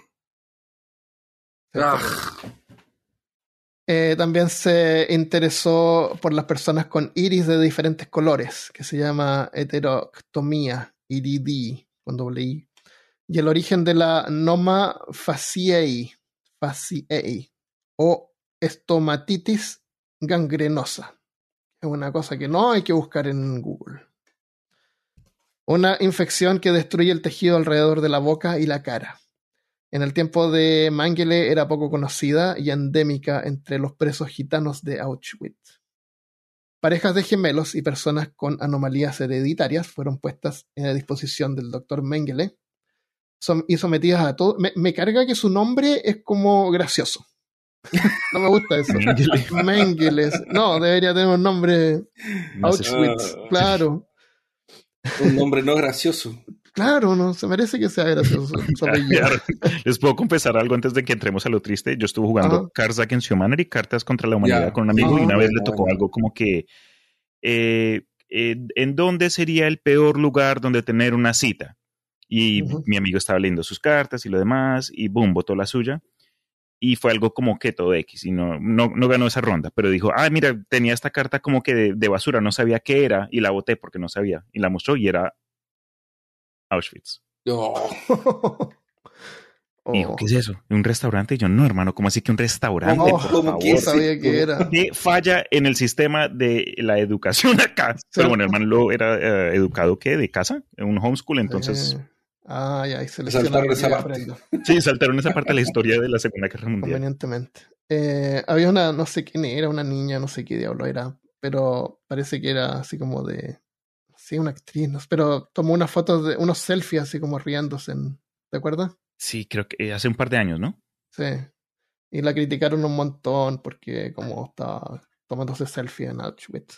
Ah, Eh, también se interesó por las personas con iris de diferentes colores, que se llama heteroctomía, iridí, con doble I. Y el origen de la noma faciei, faciei o estomatitis gangrenosa. Es una cosa que no hay que buscar en Google. Una infección que destruye el tejido alrededor de la boca y la cara. En el tiempo de Mengele era poco conocida y endémica entre los presos gitanos de Auschwitz. Parejas de gemelos y personas con anomalías hereditarias fueron puestas a disposición del doctor Mengele son, y sometidas a todo. Me, me carga que su nombre es como gracioso. No me gusta eso. Mengele. Mengele. No, debería tener un nombre No sé. Auschwitz. Ah. Claro. un nombre no gracioso. Claro, no se merece que sea gracioso su apellido. Les puedo confesar algo antes de que entremos a lo triste. Yo estuve jugando Ajá. Cards Against Humanity, Cartas contra la Humanidad, Ya. con un amigo, Ah. y una vez le Ah. tocó algo como que eh, eh, ¿en dónde sería el peor lugar donde tener una cita? Y Ujú. mi amigo estaba leyendo sus cartas y lo demás, y boom, botó la suya. Y fue algo como que todo X, y no, no, no ganó esa ronda, pero dijo, ah, mira, tenía esta carta como que de, de basura, no sabía qué era, y la boté porque no sabía, y la mostró y era Auschwitz. Oh. Y dijo, Oh. ¿qué es eso? ¿Un restaurante? Y yo, no, hermano, ¿cómo así que un restaurante? Oh, por ¿cómo favor? que No es? sabía que era. ¿Qué falla en el sistema de la educación acá? Pero bueno, hermano, lo era eh, educado, ¿qué? ¿De casa? En un homeschool, entonces... Sí. Ah, ya, y se Saltaron lesiona esa y parte. aprende Sí, saltaron esa parte de la historia de la Segunda Guerra Mundial. convenientemente. Eh, había una, no sé quién era, una niña, no sé qué diablo era, pero parece que era así como de, sí, una actriz, no sé, pero tomó unas fotos de, unos selfies así como riéndose, en, ¿te acuerdas? Sí, creo que hace un par de años, ¿no? Sí. Y la criticaron un montón porque como estaba tomándose selfie en Auschwitz.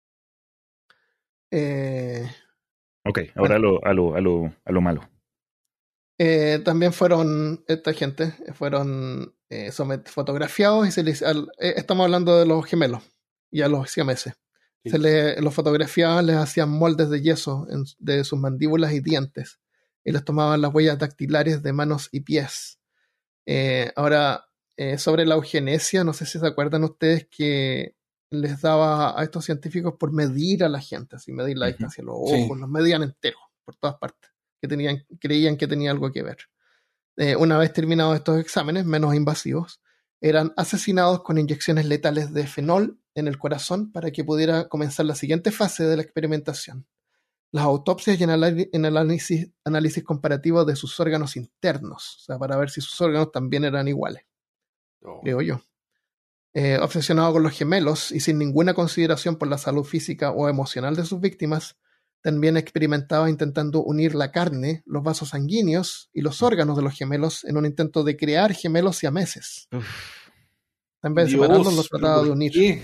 Eh, ok, ahora bueno, a, lo, a, lo, a, lo, a lo malo. eh, también fueron, esta gente, fueron eh, somet- fotografiados y se les, al, eh, estamos hablando de los gemelos y a los siameses. Sí. Se les, los fotografiaban, les hacían moldes de yeso en, de sus mandíbulas y dientes y les tomaban las huellas dactilares de manos y pies. Eh, ahora, eh, sobre la eugenesia, no sé si se acuerdan ustedes que les daba a estos científicos por medir a la gente, así medir la Ujú. distancia de los Sí. ojos, los medían enteros, por todas partes, que tenían, creían que tenía algo que ver. Eh, una vez terminados estos exámenes, menos invasivos, eran asesinados con inyecciones letales de fenol en el corazón para que pudiera comenzar la siguiente fase de la experimentación. Las autopsias y en el, en el análisis, análisis comparativo de sus órganos internos, o sea, para ver si sus órganos también eran iguales, Oh. creo yo. Eh, obsesionado con los gemelos y sin ninguna consideración por la salud física o emocional de sus víctimas, también experimentaba intentando unir la carne, los vasos sanguíneos y los órganos de los gemelos en un intento de crear gemelos siameses. En vez de separarlos, los Dios, ¿pero trataba de por unir. qué?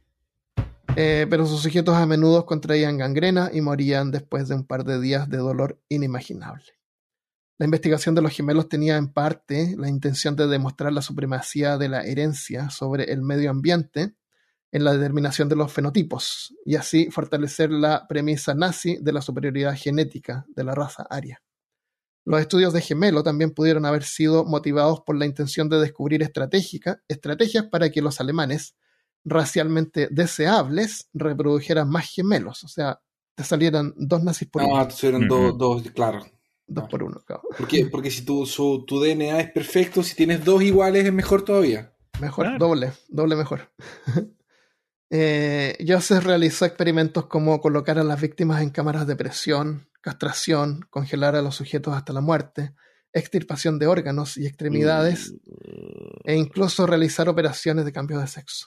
Eh, pero sus sujetos a menudo contraían gangrena y morían después de un par de días de dolor inimaginable. La investigación de los gemelos tenía en parte la intención de demostrar la supremacía de la herencia sobre el medio ambiente en la determinación de los fenotipos y así fortalecer la premisa nazi de la superioridad genética de la raza aria. Los estudios de gemelo también pudieron haber sido motivados por la intención de descubrir estrategias para que los alemanes racialmente deseables reprodujeran más gemelos, o sea, te salieran dos nazis por No, uno, entonces eran Ujú. dos, dos, claro. dos claro. por uno, claro. ¿Por qué? Porque si tu, su, tu D N A es perfecto, si tienes dos iguales es mejor todavía. Mejor, Claro. doble, doble mejor. eh, Joseph realizó experimentos como colocar a las víctimas en cámaras de presión, castración, congelar a los sujetos hasta la muerte, extirpación de órganos y extremidades, e incluso realizar operaciones de cambio de sexo.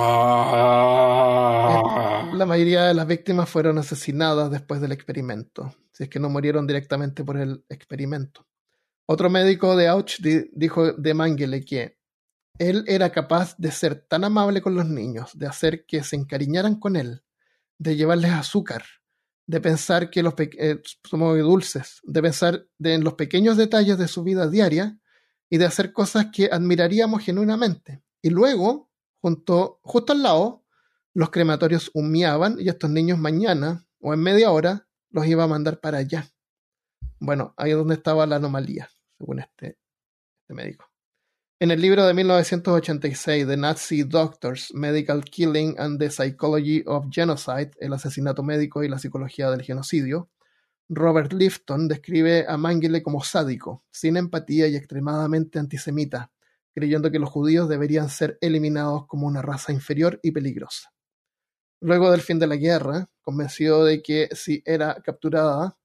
Ah. La mayoría de las víctimas fueron asesinadas después del experimento, si es que no murieron directamente por el experimento. Otro médico de Auschwitz di- dijo de Mengele que él era capaz de ser tan amable con los niños, de hacer que se encariñaran con él, de llevarles azúcar, de pensar que los pe- eh, somos dulces, de pensar de, en los pequeños detalles de su vida diaria y de hacer cosas que admiraríamos genuinamente. Y luego, junto, justo al lado, los crematorios humeaban y estos niños mañana o en media hora los iba a mandar para allá. Bueno, ahí es donde estaba la anomalía, según este, este médico. En el libro de mil novecientos ochenta y seis, The Nazi Doctors, Medical Killing and the Psychology of Genocide, el asesinato médico y la psicología del genocidio, Robert Lifton describe a Mengele como sádico, sin empatía y extremadamente antisemita, creyendo que los judíos deberían ser eliminados como una raza inferior y peligrosa. Luego del fin de la guerra, convencido de que si era capturada,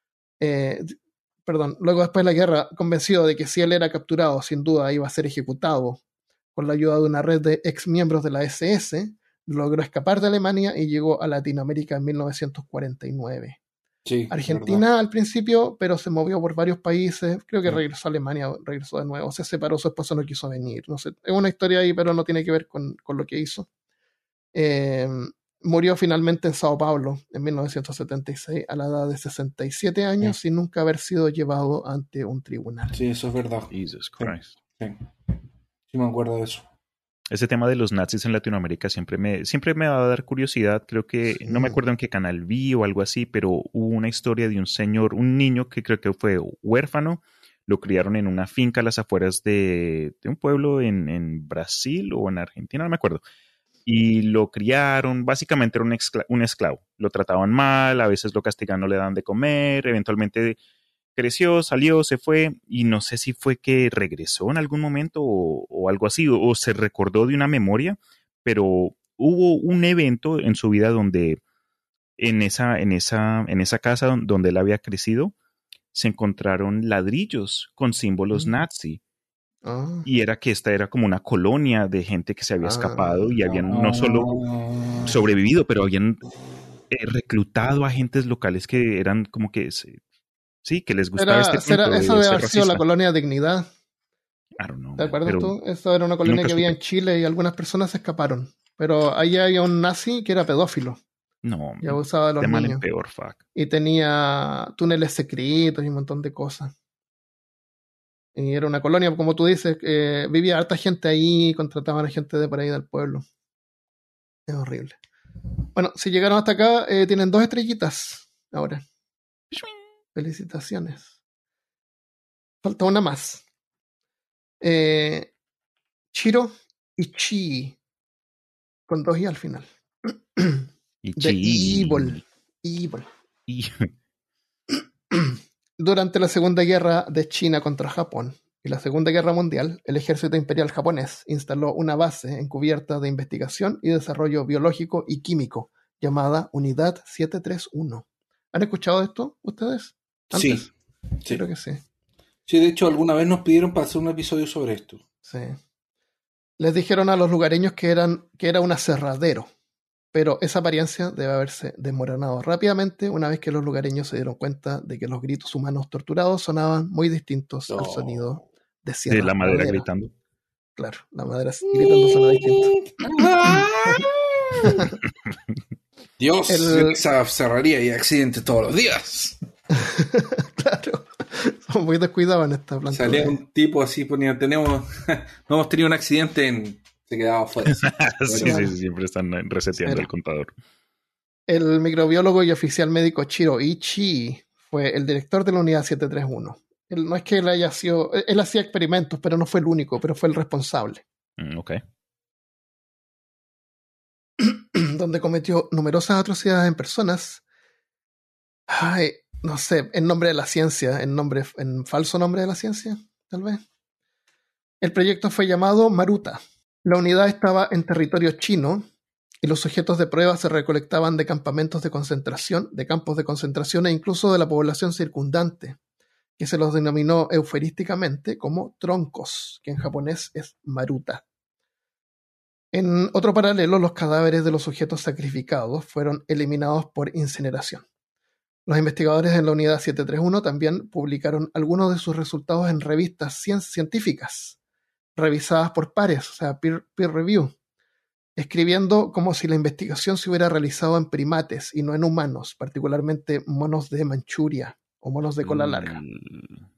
eh, perdón, luego después de la guerra, convencido de que si él era capturado, sin duda iba a ser ejecutado con la ayuda de una red de ex miembros de la ese ese, logró escapar de Alemania y llegó a Latinoamérica en mil novecientos cuarenta y nueve. Sí, Argentina verdad. al principio, pero se movió por varios países. Creo que Sí. regresó a Alemania, regresó de nuevo. Se separó, su esposo no quiso venir. No sé, es una historia ahí, pero no tiene que ver con, con lo que hizo. Eh, murió finalmente en Sao Paulo en mil novecientos setenta y seis a la edad de sesenta y siete años Sí. sin nunca haber sido llevado ante un tribunal. Sí, eso es verdad. Jesus Sí. Christ. Sí. Sí me acuerdo de eso. Ese tema de los nazis en Latinoamérica siempre me, siempre me va a dar curiosidad. Creo que, Sí. no me acuerdo en qué canal vi o algo así, pero hubo una historia de un señor, un niño que creo que fue huérfano. Lo criaron en una finca a las afueras de, de un pueblo en, en Brasil o en Argentina, no me acuerdo. Y lo criaron, básicamente era un, excla- un esclavo. Lo trataban mal, a veces lo castigaban, no le daban de comer, eventualmente creció, salió, se fue, y no sé si fue que regresó en algún momento o, o algo así, o, o se recordó de una memoria, pero hubo un evento en su vida donde en esa, en esa, en esa casa don- donde él había crecido, se encontraron ladrillos con símbolos Mm. nazi. Ah, Y era que esta era como una colonia de gente que se había Ah. escapado y habían no solo Ah. sobrevivido, pero habían eh, reclutado agentes locales que eran como que se- sí, que les gustaba Era- este será- punto esa de debe ser haber sido la racista. colonia Dignidad. I don't know. ¿Te acuerdas pero tú? Eso era una colonia nunca que había supe. en Chile y algunas personas se escaparon. Pero ahí había un nazi que era pedófilo No, y abusaba de los de mal en niños. peor, fuck. Y tenía túneles secretos y un montón de cosas. Y era una colonia, como tú dices, eh, vivía harta gente ahí, contrataban a gente de por ahí del pueblo. Es horrible. Bueno, si llegaron hasta acá, eh, tienen dos estrellitas ahora. Felicitaciones. Falta una más. Eh, Chiro y Chi, con dos i al final. Y The chi. Evil. Evil. Y- Durante la Segunda Guerra de China contra Japón y la Segunda Guerra Mundial, el ejército imperial japonés instaló una base encubierta de investigación y desarrollo biológico y químico llamada Unidad setecientos treinta y uno. ¿Han escuchado de esto ustedes? ¿Antes? Sí, sí. Creo que sí. Sí, de hecho, alguna vez nos pidieron para hacer un episodio sobre esto. Sí. Les dijeron a los lugareños que, eran, que era un aserradero, pero esa apariencia debe haberse desmoronado rápidamente una vez que los lugareños se dieron cuenta de que los gritos humanos torturados sonaban muy distintos No. al sonido de de sierras la madera maderas. gritando. Claro, la madera gritando suena distinto. Dios, El- en esa cerraría hay accidentes todos los días. Claro, son muy descuidados en esta planta. Salía de- un tipo así, ponía, tenemos, no hemos tenido un accidente en... Se quedaba afuera. sí, sí, Claro. sí, siempre están reseteando Cero. el contador. El microbiólogo y oficial médico Chiro Ichi fue el director de la unidad setecientos treinta y uno. Él, no es que él haya sido... Él hacía experimentos, pero no fue el único, pero fue el responsable. Mm, ok. Donde cometió numerosas atrocidades en personas. Ay, no sé, en nombre de la ciencia, en nombre, en falso nombre de la ciencia, tal vez. El proyecto fue llamado Maruta. La unidad estaba en territorio chino y los sujetos de prueba se recolectaban de campamentos de concentración, de campos de concentración e incluso de la población circundante, que se los denominó euforísticamente como troncos, que en japonés es Maruta. En otro paralelo, los cadáveres de los sujetos sacrificados fueron eliminados por incineración. Los investigadores en la unidad setecientos treinta y uno también publicaron algunos de sus resultados en revistas cien- científicas, revisadas por pares, o sea, peer, peer review, escribiendo como si la investigación se hubiera realizado en primates y no en humanos, particularmente monos de Manchuria o monos de cola larga. Mm,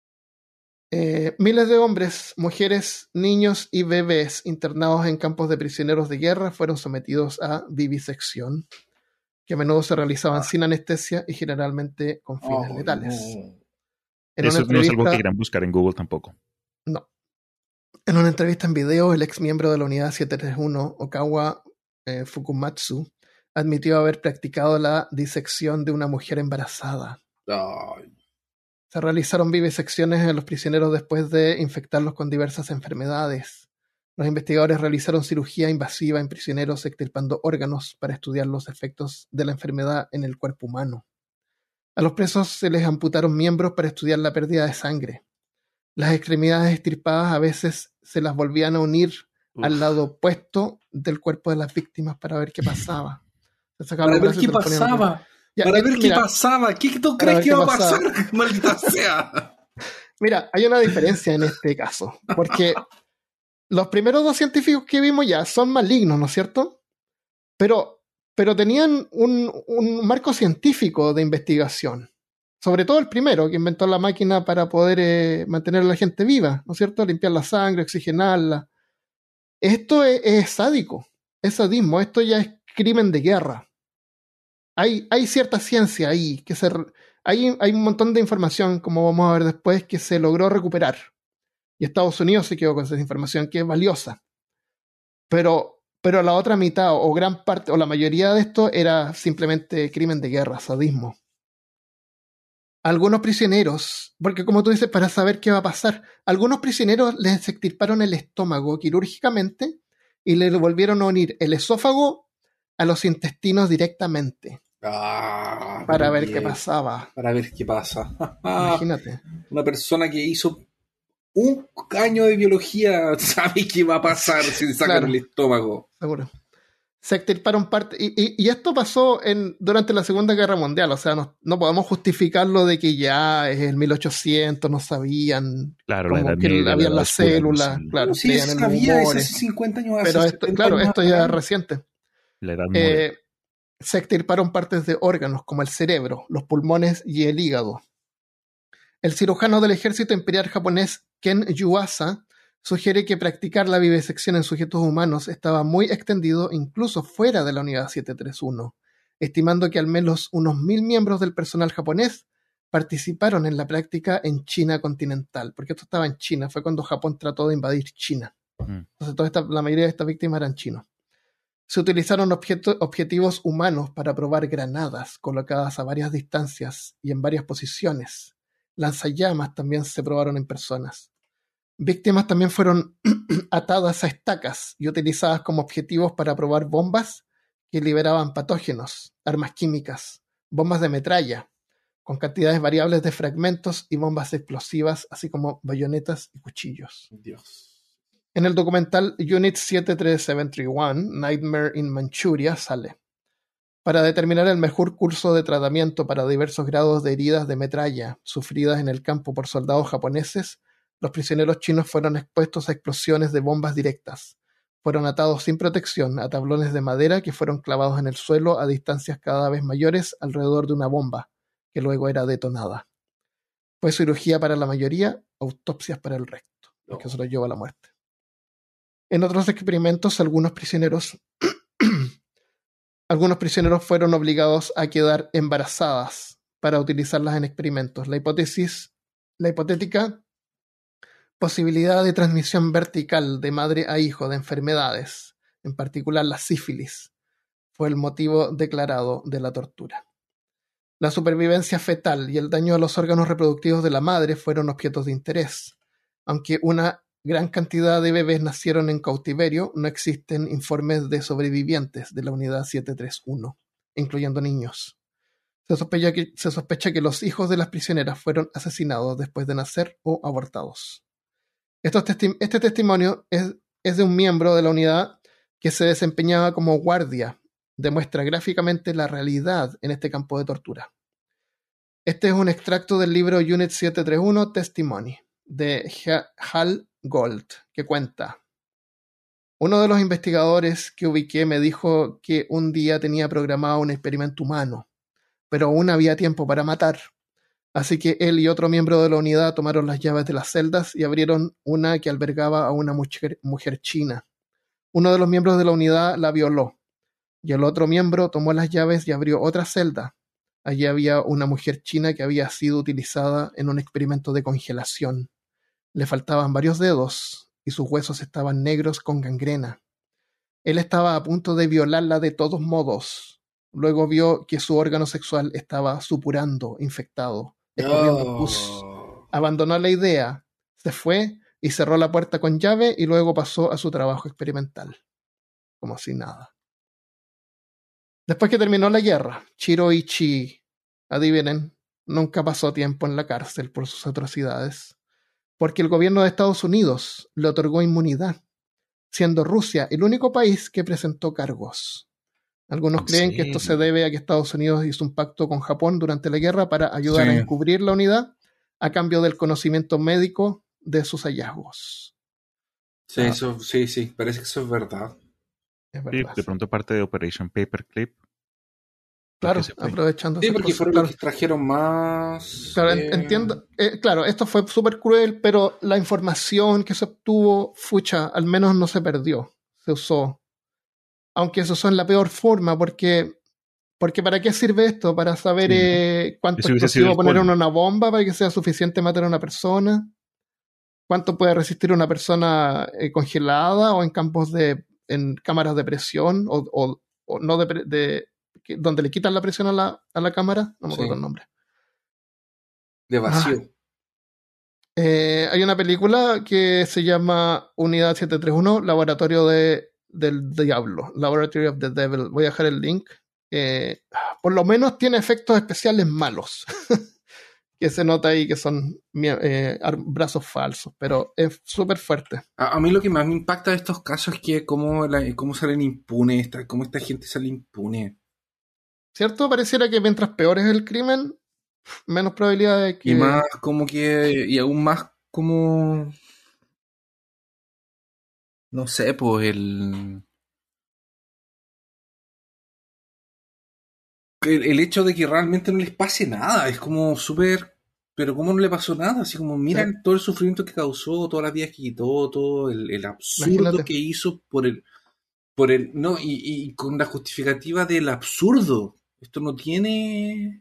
Eh, miles de hombres, mujeres, niños y bebés internados en campos de prisioneros de guerra fueron sometidos a vivisección, que a menudo se realizaban sin anestesia y generalmente con fines Oh, letales. no. En Eso una no es algo que entrevista, quieran buscar en Google tampoco. no. En una entrevista en video, el ex miembro de la unidad setecientos treinta y uno, Okawa eh, Fukumatsu, admitió haber practicado la disección de una mujer embarazada. Ay, Se realizaron vivisecciones en los prisioneros después de infectarlos con diversas enfermedades. Los investigadores realizaron cirugía invasiva en prisioneros extirpando órganos para estudiar los efectos de la enfermedad en el cuerpo humano. A los presos se les amputaron miembros para estudiar la pérdida de sangre. Las extremidades extirpadas a veces se las volvían a unir Uf. al lado opuesto del cuerpo de las víctimas para ver qué pasaba. Se sacaban para los ver brazos y qué te los ponían en- pasaba. Ya, Para eh, ver qué mira, pasaba. ¿Qué tú Para crees ver que qué va a pasaba. pasar? Maldita sea. Mira, hay una diferencia en este caso, porque los primeros dos científicos que vimos ya son malignos, ¿no es cierto? Pero, pero tenían un, un marco científico de investigación. Sobre todo el primero, que inventó la máquina para poder eh, mantener a la gente viva, ¿no es cierto? Limpiar la sangre, oxigenarla. Esto es, es sádico, es sadismo, esto ya es crimen de guerra. Hay, hay cierta ciencia ahí, que se, hay, hay un montón de información, como vamos a ver después, que se logró recuperar. Y Estados Unidos se quedó con esa información que es valiosa. Pero, pero la otra mitad, o gran parte, o la mayoría de esto, era simplemente crimen de guerra, sadismo. Algunos prisioneros, porque como tú dices, para saber qué va a pasar, algunos prisioneros les extirparon el estómago quirúrgicamente y le volvieron a unir el esófago a los intestinos directamente Ah, para pero ver qué- qué pasaba. Para ver qué pasa. Imagínate. Una persona que hizo un año de biología sabe qué va a pasar si le sacan Claro. el estómago. Seguro. Se extirparon parte, y, y, y esto pasó en, durante la Segunda Guerra Mundial, o sea, no, no podemos justificarlo de que ya es el mil ochocientos, no sabían Claro, la como edad que media, la habían edad las oscura, no células, sé. claro, No, sí, creían se en los sabía, es humores, hace cincuenta años, pero hace esto, setenta claro, años esto ya es atrás. reciente. La edad muda. Eh, se extirparon partes de órganos como el cerebro, los pulmones y el hígado. El cirujano del ejército imperial japonés Ken Yuasa sugiere que practicar la vivisección en sujetos humanos estaba muy extendido incluso fuera de la unidad setecientos treinta y uno, estimando que al menos unos mil miembros del personal japonés participaron en la práctica en China continental, porque esto estaba en China, fue cuando Japón trató de invadir China. Mm. Entonces toda esta, la mayoría de estas víctimas eran chinos. Se utilizaron objeto, objetivos humanos para probar granadas colocadas a varias distancias y en varias posiciones. Lanzallamas también se probaron en personas. Víctimas también fueron atadas a estacas y utilizadas como objetivos para probar bombas que liberaban patógenos, armas químicas, bombas de metralla, con cantidades variables de fragmentos y bombas explosivas, así como bayonetas y cuchillos. Dios. En el documental Unit siete tres siete tres uno, Nightmare in Manchuria, sale. Para determinar el mejor curso de tratamiento para diversos grados de heridas de metralla sufridas en el campo por soldados japoneses, los prisioneros chinos fueron expuestos a explosiones de bombas directas. Fueron atados sin protección a tablones de madera que fueron clavados en el suelo a distancias cada vez mayores alrededor de una bomba, que luego era detonada. Fue cirugía para la mayoría, autopsias para el resto, lo que se los llevó a la muerte. En otros experimentos, algunos prisioneros algunos prisioneros fueron obligados a quedar embarazadas para utilizarlas en experimentos. La hipótesis, la hipotética posibilidad de transmisión vertical de madre a hijo de enfermedades, en particular la sífilis, fue el motivo declarado de la tortura. La supervivencia fetal y el daño a los órganos reproductivos de la madre fueron objetos de interés. Aunque una gran cantidad de bebés nacieron en cautiverio, no existen informes de sobrevivientes de la unidad setecientos treinta y uno, incluyendo niños. Se sospecha que, se sospecha que los hijos de las prisioneras fueron asesinados después de nacer o abortados. Estos testi- este testimonio es, es de un miembro de la unidad que se desempeñaba como guardia. Demuestra gráficamente la realidad en este campo de tortura. Este es un extracto del libro Unit setecientos treinta y uno Testimony, de Hal Gold, que cuenta: uno de los investigadores que ubiqué me dijo que un día tenía programado un experimento humano, pero aún había tiempo para matar. Así que él y otro miembro de la unidad tomaron las llaves de las celdas y abrieron una que albergaba a una mujer, mujer china. Uno de los miembros de la unidad la violó, y el otro miembro tomó las llaves y abrió otra celda. Allí había una mujer china que había sido utilizada en un experimento de congelación. Le faltaban varios dedos y sus huesos estaban negros con gangrena. Él estaba a punto de violarla de todos modos. Luego vio que su órgano sexual estaba supurando, infectado, escurriendo pus. Oh. Abandonó la idea, se fue y cerró la puerta con llave y luego pasó a su trabajo experimental, como si nada. Después que terminó la guerra, Shiroichi, adivinen, nunca pasó tiempo en la cárcel por sus atrocidades, porque el gobierno de Estados Unidos le otorgó inmunidad, siendo Rusia el único país que presentó cargos. Algunos creen Sí. que esto se debe a que Estados Unidos hizo un pacto con Japón durante la guerra para ayudar Sí. a encubrir la unidad a cambio del conocimiento médico de sus hallazgos. Sí, Ah. eso, sí, sí, parece que eso es verdad. Es Sí, verdad. de pronto parte de Operation Paperclip. Claro, porque se fue. aprovechando Sí, esas porque cosas, fueron claro. los que trajeron más. Claro, en- eh, entiendo. eh, claro, esto fue súper cruel, pero la información que se obtuvo, fucha, al menos no se perdió. Se usó. Aunque se usó en la peor forma, porque, porque ¿para qué sirve esto? ¿Para saber Sí, ¿no? eh, cuánto Ese hubiese sido explosivo el poner en colmo. una bomba para que sea suficiente matar a una persona? ¿Cuánto puede resistir una persona eh, congelada o en campos de. En cámaras de presión o, o, o no de, pre- de que- donde le quitan la presión a la, a la cámara? No me acuerdo Sí. el nombre. de vacío. Eh, hay una película que se llama Unidad setecientos treinta y uno, Laboratorio de, del Diablo, Laboratory of the Devil. Voy a dejar el link. Eh, por lo menos tiene efectos especiales malos. que se nota ahí que son eh, brazos falsos, pero es súper fuerte. A, a mí lo que más me impacta de estos casos es que cómo, la, cómo salen impunes, esta, cómo esta gente sale impune. ¿Cierto? Pareciera que mientras peor es el crimen, menos probabilidad de que... Y más como que... Y aún más como... No sé, pues el... El, el hecho de que realmente no les pase nada, es como súper... Pero ¿cómo no le pasó nada? Así como, miran sí. todo el sufrimiento que causó, todas las vidas que quitó, todo el, el absurdo Imagínate. que hizo por el... por el no y, y con la justificativa del absurdo. Esto no tiene...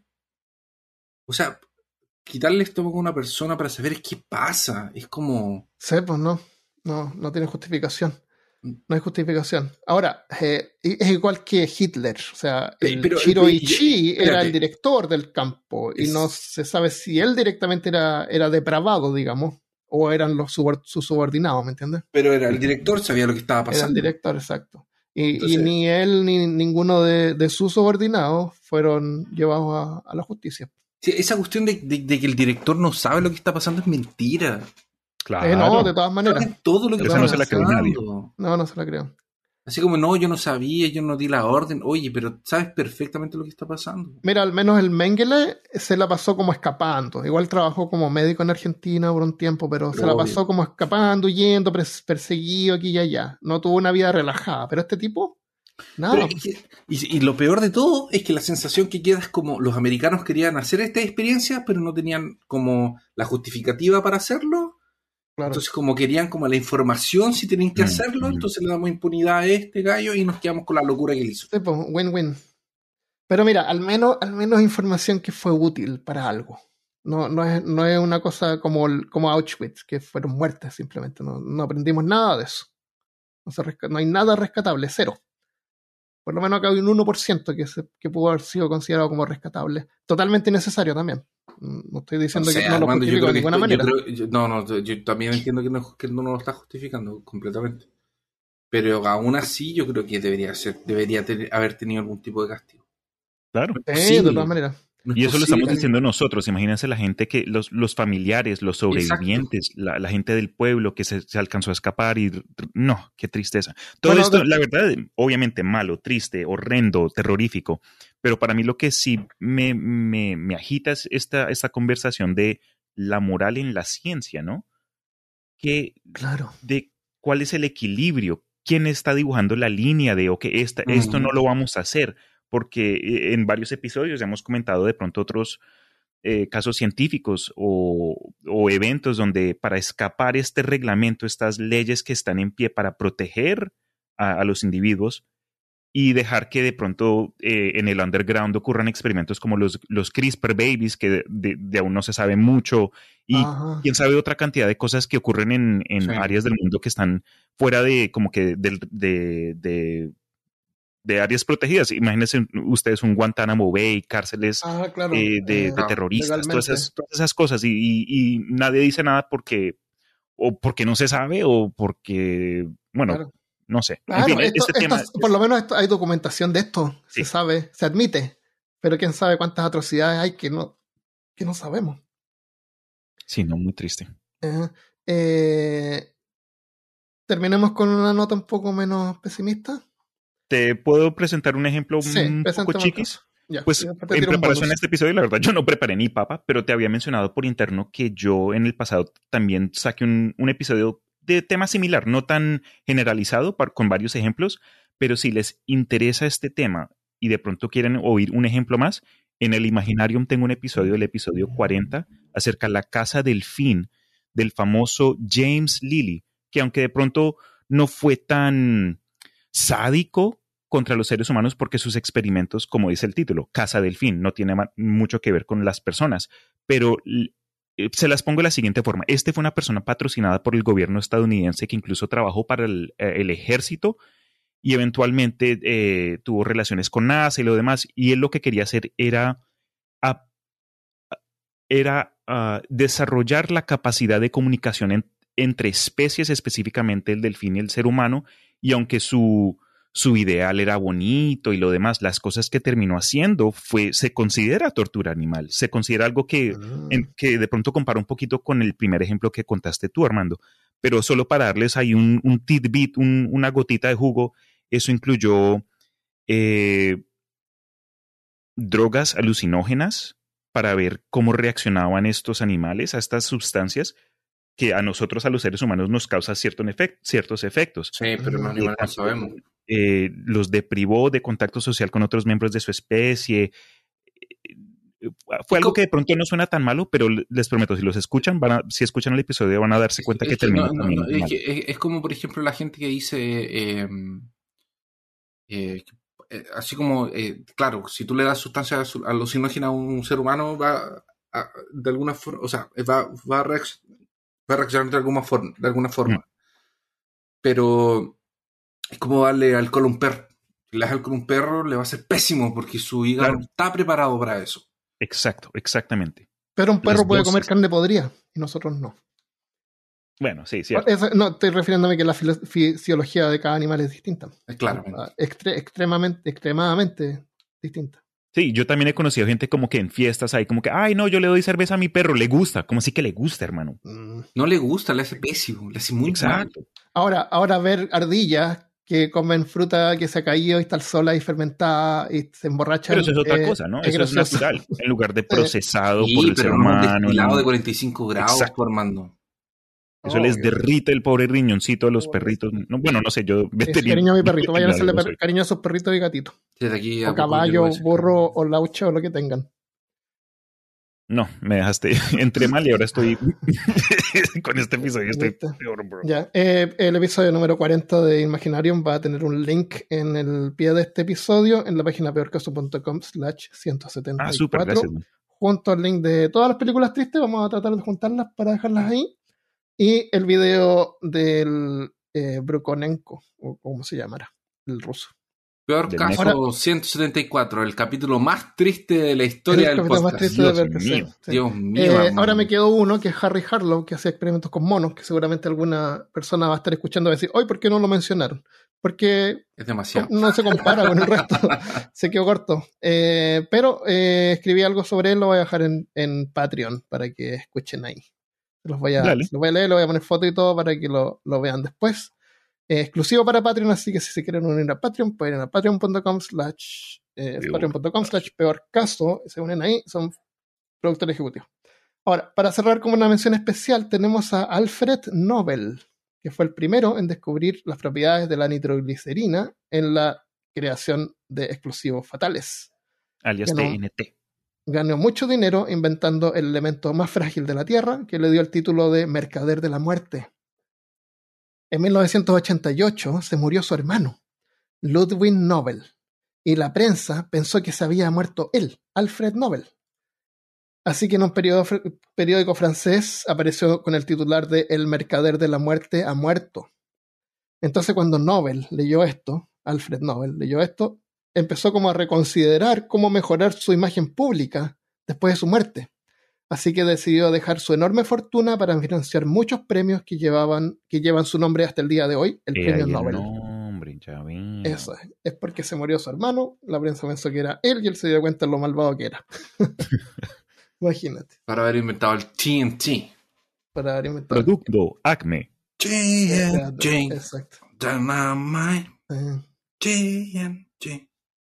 O sea, quitarle el estómago a una persona para saber qué pasa, es como... Sí, pues no, no, no tiene justificación. No hay justificación. Ahora, eh, es igual que Hitler, o sea, el pero, Shiroichi era el director del campo es... y no se sabe si él directamente era, era depravado, digamos, o eran los subord- sus subordinados, ¿me entiendes? Pero era el director, sabía lo que estaba pasando. Era el director, exacto. Y, Entonces, y ni él ni ninguno de, de sus subordinados fueron llevados a, a la justicia. Sí, esa cuestión de, de, de que el director no sabe lo que está pasando es mentira. Claro. Eh, no, de todas maneras. Todo lo que Eso no se la cree nadie. No, no se la creo. Así como, no, yo no sabía, yo no di la orden. Oye, pero sabes perfectamente lo que está pasando. Mira, al menos el Mengele se la pasó como escapando. Igual trabajó como médico en Argentina por un tiempo, pero, pero se la pasó obvio. como escapando, huyendo, perseguido aquí y allá. No tuvo una vida relajada. Pero este tipo, nada. Es que, y, y lo peor de todo es que la sensación que queda es como los americanos querían hacer esta experiencia, pero no tenían como la justificativa para hacerlo. Claro. Entonces como querían como la información si tenían que mm, hacerlo, mm. entonces le damos impunidad a este gallo y nos quedamos con la locura que él hizo. Sí, pues, win-win. Pero mira, al menos, al menos información que fue útil para algo. No, no, es, no es una cosa como, como Auschwitz, que fueron muertes simplemente. No, no aprendimos nada de eso. No, se resca- no hay nada rescatable, cero. Por lo menos acá hay un uno por ciento que, se, que pudo haber sido considerado como rescatable. Totalmente innecesario también. No estoy diciendo o sea, que no lo Armando, justifico de ninguna esto, manera. Yo creo, yo, no, no, yo también entiendo que no, que no lo está justificando completamente. Pero aún así yo creo que debería ser, debería tener, haber tenido algún tipo de castigo. Claro. Sí, sí, de todas maneras. No y eso posible. Lo estamos diciendo nosotros. Imagínense la gente que, los, los familiares, los sobrevivientes, la, la gente del pueblo que se, se alcanzó a escapar y no, qué tristeza. Todo bueno, esto, de... la verdad, obviamente malo, triste, horrendo, terrorífico. Pero para mí lo que sí me, me, me agita es esta, esta conversación de la moral en la ciencia, ¿no? Que, claro. De cuál es el equilibrio, quién está dibujando la línea de, ok, esta, uh-huh. esto no lo vamos a hacer. Porque en varios episodios hemos comentado de pronto otros eh, casos científicos o, o eventos donde para escapar este reglamento, estas leyes que están en pie para proteger a, a los individuos y dejar que de pronto eh, en el underground ocurran experimentos como los, los CRISPR babies, que de, de, de aún no se sabe mucho, y Ajá. quién sabe otra cantidad de cosas que ocurren en, en sí. áreas del mundo que están fuera de como que de, de, de de áreas protegidas. Imagínense ustedes un Guantánamo Bay, cárceles ah, claro. eh, de, eh, de terroristas, todas esas, todas esas cosas y, y, y nadie dice nada porque o porque no se sabe o porque, bueno, claro. no sé. Claro, en fin, esto, este esto, tema por es... lo menos esto, hay documentación de esto, sí. se sabe, se admite, pero quién sabe cuántas atrocidades hay que no, que no sabemos. Sí, no, muy triste. Uh, eh, terminemos con una nota un poco menos pesimista. ¿Te puedo presentar un ejemplo sí, un poco chiquis? Ya, pues en preparación a este episodio, la verdad, yo no preparé ni papa, pero te había mencionado por interno que yo en el pasado también saqué un, un episodio de tema similar, no tan generalizado, par, con varios ejemplos, pero si les interesa este tema y de pronto quieren oír un ejemplo más, en el Imaginarium tengo un episodio, el episodio cuarenta, acerca de la Casa Delfín del famoso James Lilly, que aunque de pronto no fue tan sádico contra los seres humanos porque sus experimentos, como dice el título, Casa Delfín, no tiene mucho que ver con las personas, pero se las pongo de la siguiente forma. Este fue una persona patrocinada por el gobierno estadounidense que incluso trabajó para el, el ejército y eventualmente eh, tuvo relaciones con NASA y lo demás, y él lo que quería hacer era, a, era uh, desarrollar la capacidad de comunicación en, entre especies, específicamente el delfín y el ser humano, y aunque su su ideal era bonito y lo demás, las cosas que terminó haciendo fue, se considera tortura animal, se considera algo que, Mm. en, que de pronto compara un poquito con el primer ejemplo que contaste tú, Armando, pero solo para darles ahí un, un tidbit, un, una gotita de jugo, eso incluyó eh, drogas alucinógenas para ver cómo reaccionaban estos animales a estas sustancias que a nosotros, a los seres humanos, nos causa cierto efect, ciertos efectos. Sí, pero los animales no sabemos. Eh, los deprivó de contacto social con otros miembros de su especie. Eh, fue algo que de pronto no suena tan malo, pero les prometo, si los escuchan, van a, si escuchan el episodio, van a darse cuenta es que, que termina no, no, también no, es, mal. que es, es como, por ejemplo, la gente que dice, eh, eh, eh, así como, eh, claro, si tú le das sustancia alucinógena a un ser humano, va a, de alguna forma, o sea, va, va, a reacc- va a reaccionar de alguna forma, de alguna forma. Mm. Pero es como darle alcohol a un perro. Si le das alcohol a un perro, le va a ser pésimo porque su hígado Claro. no está preparado para eso. Exacto, exactamente. Pero un perro Las puede dosis. comer carne podrida y nosotros no. Bueno, sí, cierto. Eso- no, estoy refiriéndome que la filo- fisiología de cada animal es distinta. Eh, Claramente. Ah, extre- extremadamente, extremadamente distinta. Sí, yo también he conocido gente como que en fiestas ahí, como que, ay, no, yo le doy cerveza a mi perro, le gusta. Como así que le gusta, hermano? Mm. No le gusta, le hace pésimo, le hace muy Exacto. mal. Ahora, ahora ver ardillas que comen fruta que se ha caído y está sola y fermentada y se emborrachan. Pero eso es otra eh, cosa, ¿no? es Eso es gracioso. natural. En lugar de procesado Sí, por el pero ser no un humano. destilado ¿no? de cuarenta y cinco grados, Exacto. Armando. Eso les Obvio. derrite el pobre riñoncito a los Obvio. perritos. No, bueno, no sé, yo... Es cariño a mi perrito. Vayan a hacerle no per- soy. cariño a sus perritos y gatitos. Desde aquí a O poco yo caballo, le voy a decir burro que- o laucha o lo que tengan. No, me dejaste... Entré mal y ahora estoy... Con este episodio estoy ¿Viste? peor, bro. Ya, eh, el episodio número cuarenta de Imaginarium va a tener un link en el pie de este episodio en la página peorcaso.com slash ciento setenta y cuatro. Ah, súper, gracias. man. Junto al link de todas las películas tristes, vamos a tratar de juntarlas para dejarlas ahí. Y el video del eh, Brukonenko, o como se llamará, el ruso. Peor Del caso Ahora- ciento setenta y cuatro, el capítulo más triste de la historia el del capítulo más podcast. triste Dios de ver mío. sí. Dios mío. Eh, hermano. ahora me quedó uno que es Harry Harlow, que hacía experimentos con monos, que seguramente alguna persona va a estar escuchando y va a decir, hoy, ¿por qué no lo mencionaron? Porque Es demasiado. no se compara con el resto. Se quedó corto. Eh, pero eh, escribí algo sobre él, lo voy a dejar en, en Patreon para que escuchen ahí. Los voy a, Dale. los voy a leer, le voy a poner foto y todo para que lo, lo vean después. Eh, exclusivo para Patreon, así que si se quieren unir a Patreon, pueden ir a patreon.com slash eh, Peor patreon.com slash peor caso. Se unen ahí, son productores ejecutivos. Ahora, para cerrar como una mención especial, tenemos a Alfred Nobel, que fue el primero en descubrir las propiedades de la nitroglicerina en la creación de explosivos fatales. Alias Ya no. T N T. Ganó mucho dinero inventando el elemento más frágil de la Tierra, que le dio el título de Mercader de la Muerte. En mil novecientos ochenta y ocho se murió su hermano, Ludwig Nobel, y la prensa pensó que se había muerto él, Alfred Nobel. Así que en un periódico, periódico francés apareció con el titular de El Mercader de la Muerte ha muerto. Entonces cuando Nobel leyó esto, Alfred Nobel leyó esto, empezó como a reconsiderar cómo mejorar su imagen pública después de su muerte. Así que decidió dejar su enorme fortuna para financiar muchos premios que llevaban, que llevan su nombre hasta el día de hoy, el Eh, premio ahí el Nobel. nombre, ya veo. Eso es. Es porque se murió su hermano, la prensa pensó que era él y él se dio cuenta de lo malvado que era. Imagínate. Para haber inventado el T N T. Para haber inventado. Producto Acme. T N T. Exacto. Dynamite. Eh, T N T.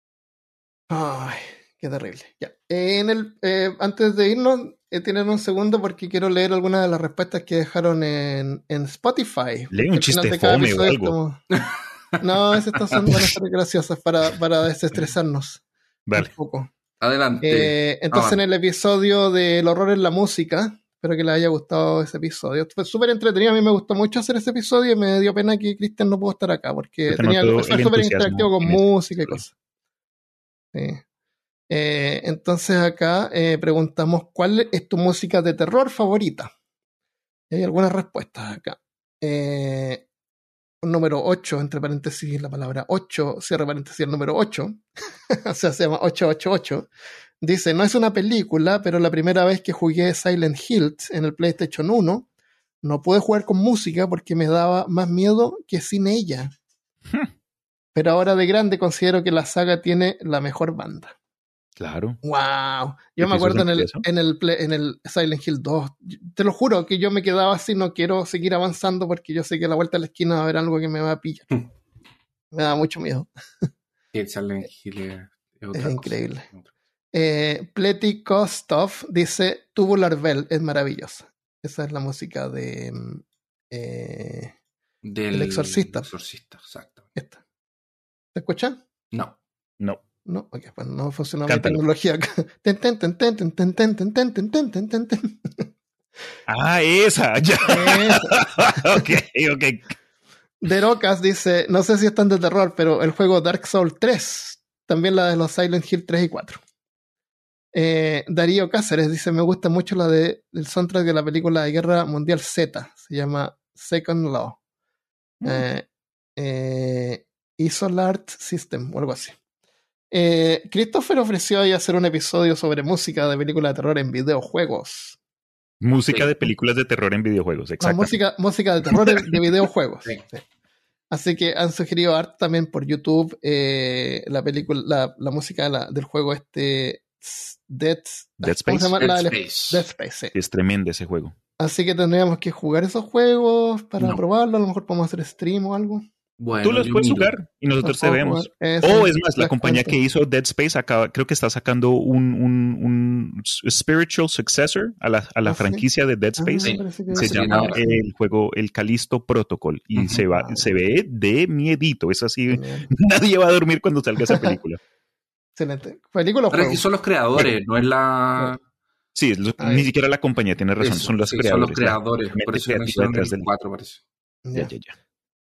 Ay, qué terrible. Ya. En el, eh, antes de irnos, eh, tienen un segundo porque quiero leer algunas de las respuestas que dejaron en, en Spotify. Lee Porque un al final chiste de cada fome o episodio es algo. como- No, esas estas son, van a ser graciosas para, para desestresarnos Dale. un poco. Adelante. Eh, entonces, Ah, en el episodio del horror en la música, espero que les haya gustado ese episodio. Fue súper entretenido, a mí me gustó mucho hacer ese episodio y me dio pena que Cristian no pudo estar acá porque Se te tenía, notó fue el súper entusiasmo interactivo con en ese música y episodio. cosas. Sí. Eh, entonces acá eh, preguntamos ¿cuál es tu música de terror favorita? Y hay algunas respuestas acá. Eh, número ocho, entre paréntesis la palabra ocho, cierre paréntesis el número ocho, o sea, se llama ocho ocho ocho. Dice, no es una película, pero la primera vez que jugué Silent Hill en el PlayStation uno, no pude jugar con música porque me daba más miedo que sin ella. pero ahora de grande considero que la saga tiene la mejor banda. Claro. Wow. Yo me acuerdo en el, en, el, en el Silent Hill dos, te lo juro que yo me quedaba así, no quiero seguir avanzando porque yo sé que a la vuelta de la esquina va a haber algo que me va a pillar. Me da mucho miedo. El Silent Hill es, es, otra es cosa. increíble. Eh, Pleti Kostov dice Tubular Bell es maravillosa. Esa es la música de eh, del El Exorcista. Exorcista, exacto. Esta. ¿Se escuchan? No. No. No, ok, pues no funciona mi tecnología acá. Ten, ten, ten, ten, ten, ten, ten, ten, ten, ten, ten, ten, ten. Ah, esa, ya. Esa. ok, ok. Derocas dice, no sé si están de terror, pero el juego Dark Souls tres, también la de los Silent Hill tres y cuatro. Eh, Darío Cáceres dice, me gusta mucho la de el soundtrack de la película de Guerra Mundial Z, se llama Second Law. Mm. Eh, eh, Isolart System o algo así. Eh, Christopher ofreció ahí hacer un episodio sobre música de películas de terror en videojuegos. Música sí. de películas de terror en videojuegos, exacto. No, música, música de terror de, de videojuegos. Sí. Sí. Así que han sugerido art también por YouTube eh, la película, la, la música de la, del juego este Dead, Dead Space. ¿Cómo se llama? Dead La, Space. Dead Space, sí. Es tremendo ese juego. Así que tendríamos que jugar esos juegos para no. probarlo. A lo mejor podemos hacer stream o algo. Bueno, tú los puedes miro. jugar y nosotros te vemos. O oh, es más, la compañía cuenta. que hizo Dead Space acaba, creo que está sacando un, un, un spiritual successor a la, a la ¿Ah, franquicia sí? de Dead Space. Ah, sí. Se sí, llama no, el juego El Callisto Protocol y uh-huh. se, va, ah, se ve de miedito. Es así, genial. Nadie va a dormir cuando salga esa película. Excelente. Película Pero es que son los creadores, no es la... Sí, los, ni siquiera la compañía tiene razón, eso, son los sí, creadores. Son los creadores, la, por eso mencionan el del cuatro, parece. Ya, ya, ya.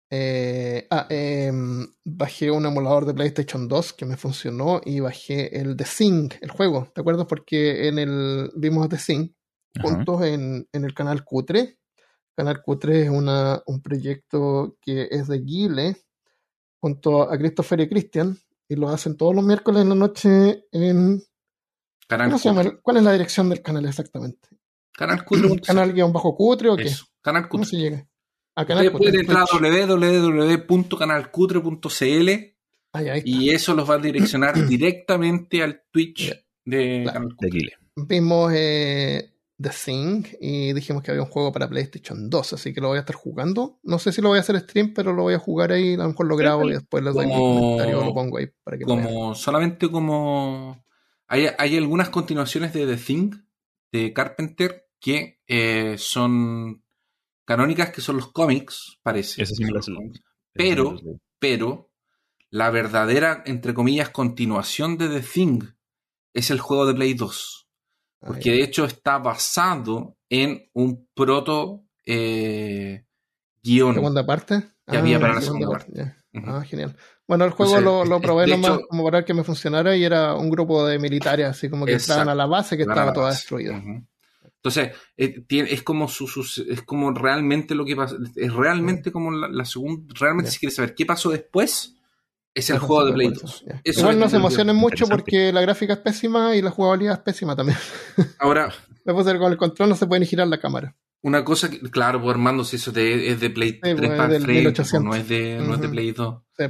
Eh, ah, eh, bajé un emulador de PlayStation dos que me funcionó y bajé el The Thing, el juego, ¿te acuerdas? Porque en el vimos The Thing juntos en, en el canal Cutre. Canal Cutre es una, un proyecto que es de Guile junto a Christopher y Christian y lo hacen todos los miércoles en la noche en... Canal ¿Cómo se llama? ¿Cuál es la dirección del canal exactamente? Canal Cutre. ¿Canal guión bajo Cutre o qué? Eso, Canal Cutre. ¿Cómo se llega? Ustedes pueden entrar a doble u doble u doble u punto canal cutre punto c l Ay, y eso los va a direccionar directamente al Twitch yeah. de claro. Canal Cutre. Vimos eh, The Thing y dijimos que había un juego para PlayStation dos, así que lo voy a estar jugando. No sé si lo voy a hacer stream, pero lo voy a jugar ahí, a lo mejor lo grabo sí, y después les doy mi comentario o lo pongo ahí para que como lo vean. Solamente como hay, hay algunas continuaciones de The Thing de Carpenter que eh, son canónicas, que son los cómics, parece. Eso sí me las pero, pero la verdadera, entre comillas, continuación de The Thing es el juego de Play dos. Porque Ay, de hecho está basado en un proto eh, guión. ¿Segunda parte? Que ah, había para la segunda parte. parte. Uh-huh. Ah, genial. Bueno, el juego Entonces, lo, lo probé nomás hecho, como para que me funcionara y era un grupo de militares, así como que exacto, entraban a la base que estaba toda destruida. Uh-huh. Entonces, eh, tiene, es como su, su, es como realmente lo que pasa, es realmente como la, la segunda, realmente yeah. si quieres saber qué pasó después, es el juego de Play dos. Yeah. Igual no se emocionen mucho porque la gráfica es pésima y la jugabilidad es pésima también. Ahora, después de con el control no se puede ni girar la cámara. Una cosa que, claro, pues Armando, si eso de, es de Play sí, tres pues, para frame, pues, no es de, uh-huh. no es de Play dos. Sí.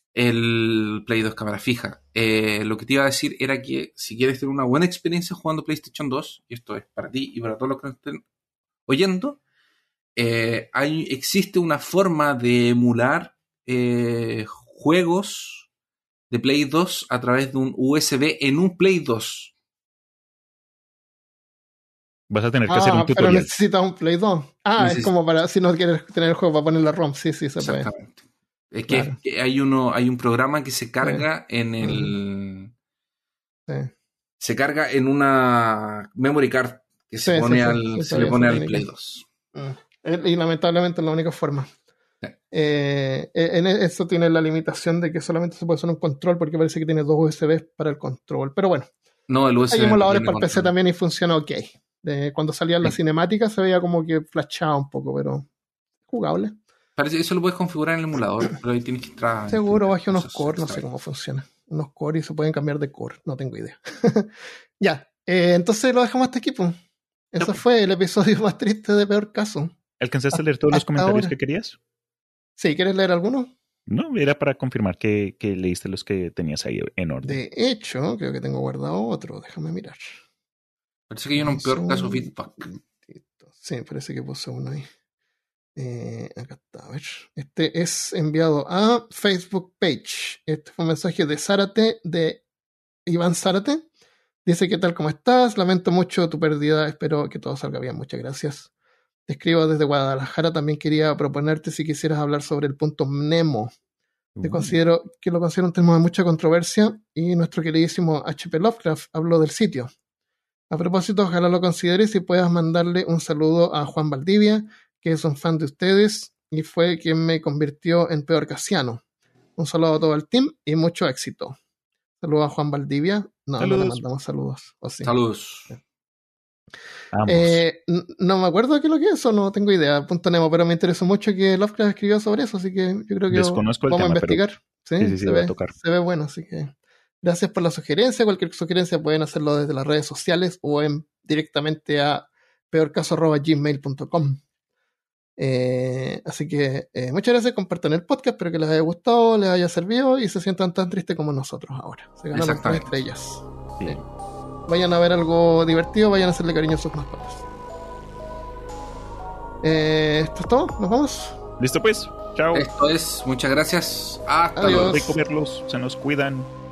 El Play dos cámara fija. Eh, lo que te iba a decir era que si quieres tener una buena experiencia jugando PlayStation dos, y esto es para ti y para todos los que nos estén oyendo, eh, hay, existe una forma de emular eh, juegos de Play dos a través de un U S B en un Play dos. Vas a tener que ah, hacer un tutorial. Pero necesitas un Play dos. Ah, Necesito. Es como para si no quieres tener el juego para poner la ROM. Sí, sí, se puede. Exactamente. Es que, claro. es que hay uno, hay un programa que se carga sí. en el. Sí. Se carga en una memory card que se, sí, pone sí, al, sí, se le pone al Play dos. Y lamentablemente es la única forma. Sí. Eh, en eso tiene la limitación de que solamente se puede usar un control porque parece que tiene dos U S B para el control. Pero bueno, no, el U S B hay emuladores para el P C también y funciona ok. De, cuando salían sí. las cinemáticas se veía como que flashaba un poco, pero jugable. Parece que eso lo puedes configurar en el emulador, pero ahí tienes que entrar. Seguro baje unos core, no sé cómo funciona. Unos core y se pueden cambiar de core, no tengo idea. ya, eh, entonces lo dejamos hasta aquí, pues. Eso no. fue el episodio más triste de Peor Caso. ¿Alcanzaste a leer todos los comentarios ahora. que querías? Sí, ¿quieres leer alguno? No, era para confirmar que, que leíste los que tenías ahí en orden. De hecho, creo que tengo guardado otro. Déjame mirar. Parece que hay uno en peor caso feedback. Sí, parece que puse uno ahí. Eh, acá está, a ver. Este es enviado a Facebook Page. Este fue un mensaje de Zárate, de Iván Zárate. Dice: ¿qué tal? ¿Cómo estás? Lamento mucho tu pérdida. Espero que todo salga bien. Muchas gracias. Te escribo desde Guadalajara. También quería proponerte si quisieras hablar sobre el punto Mnemo. Te considero que lo considero un tema de mucha controversia y nuestro queridísimo H P Lovecraft habló del sitio. A propósito, ojalá lo consideres y puedas mandarle un saludo a Juan Valdivia, que es un fan de ustedes y fue quien me convirtió en peorcasiano. Un saludo a todo el team y mucho éxito. Saludos a Juan Valdivia. No, saludos. No le mandamos saludos. ¿O sí? Saludos. Eh, no me acuerdo qué es lo que es o no tengo idea. Punto Nemo, pero me interesó mucho que Lovecraft escribió sobre eso, así que yo creo que Desconozco vamos el tema, a investigar. Pero... ¿Sí? Sí, sí, sí, se, va ve, a tocar. se ve bueno, así que gracias por la sugerencia. Cualquier sugerencia pueden hacerlo desde las redes sociales o en, directamente a peorcaso arroba gmail punto com. Eh, así que eh, muchas gracias, compartan el podcast, espero que les haya gustado, les haya servido y se sientan tan tristes como nosotros ahora. Se ganaron tres estrellas. Sí. Sí. Vayan a ver algo divertido, vayan a hacerle cariño a sus mascotas. Eh, esto es todo, nos vamos. Listo pues, chao. Esto es, muchas gracias. Hasta Adiós. luego. De comerlos, se nos cuidan.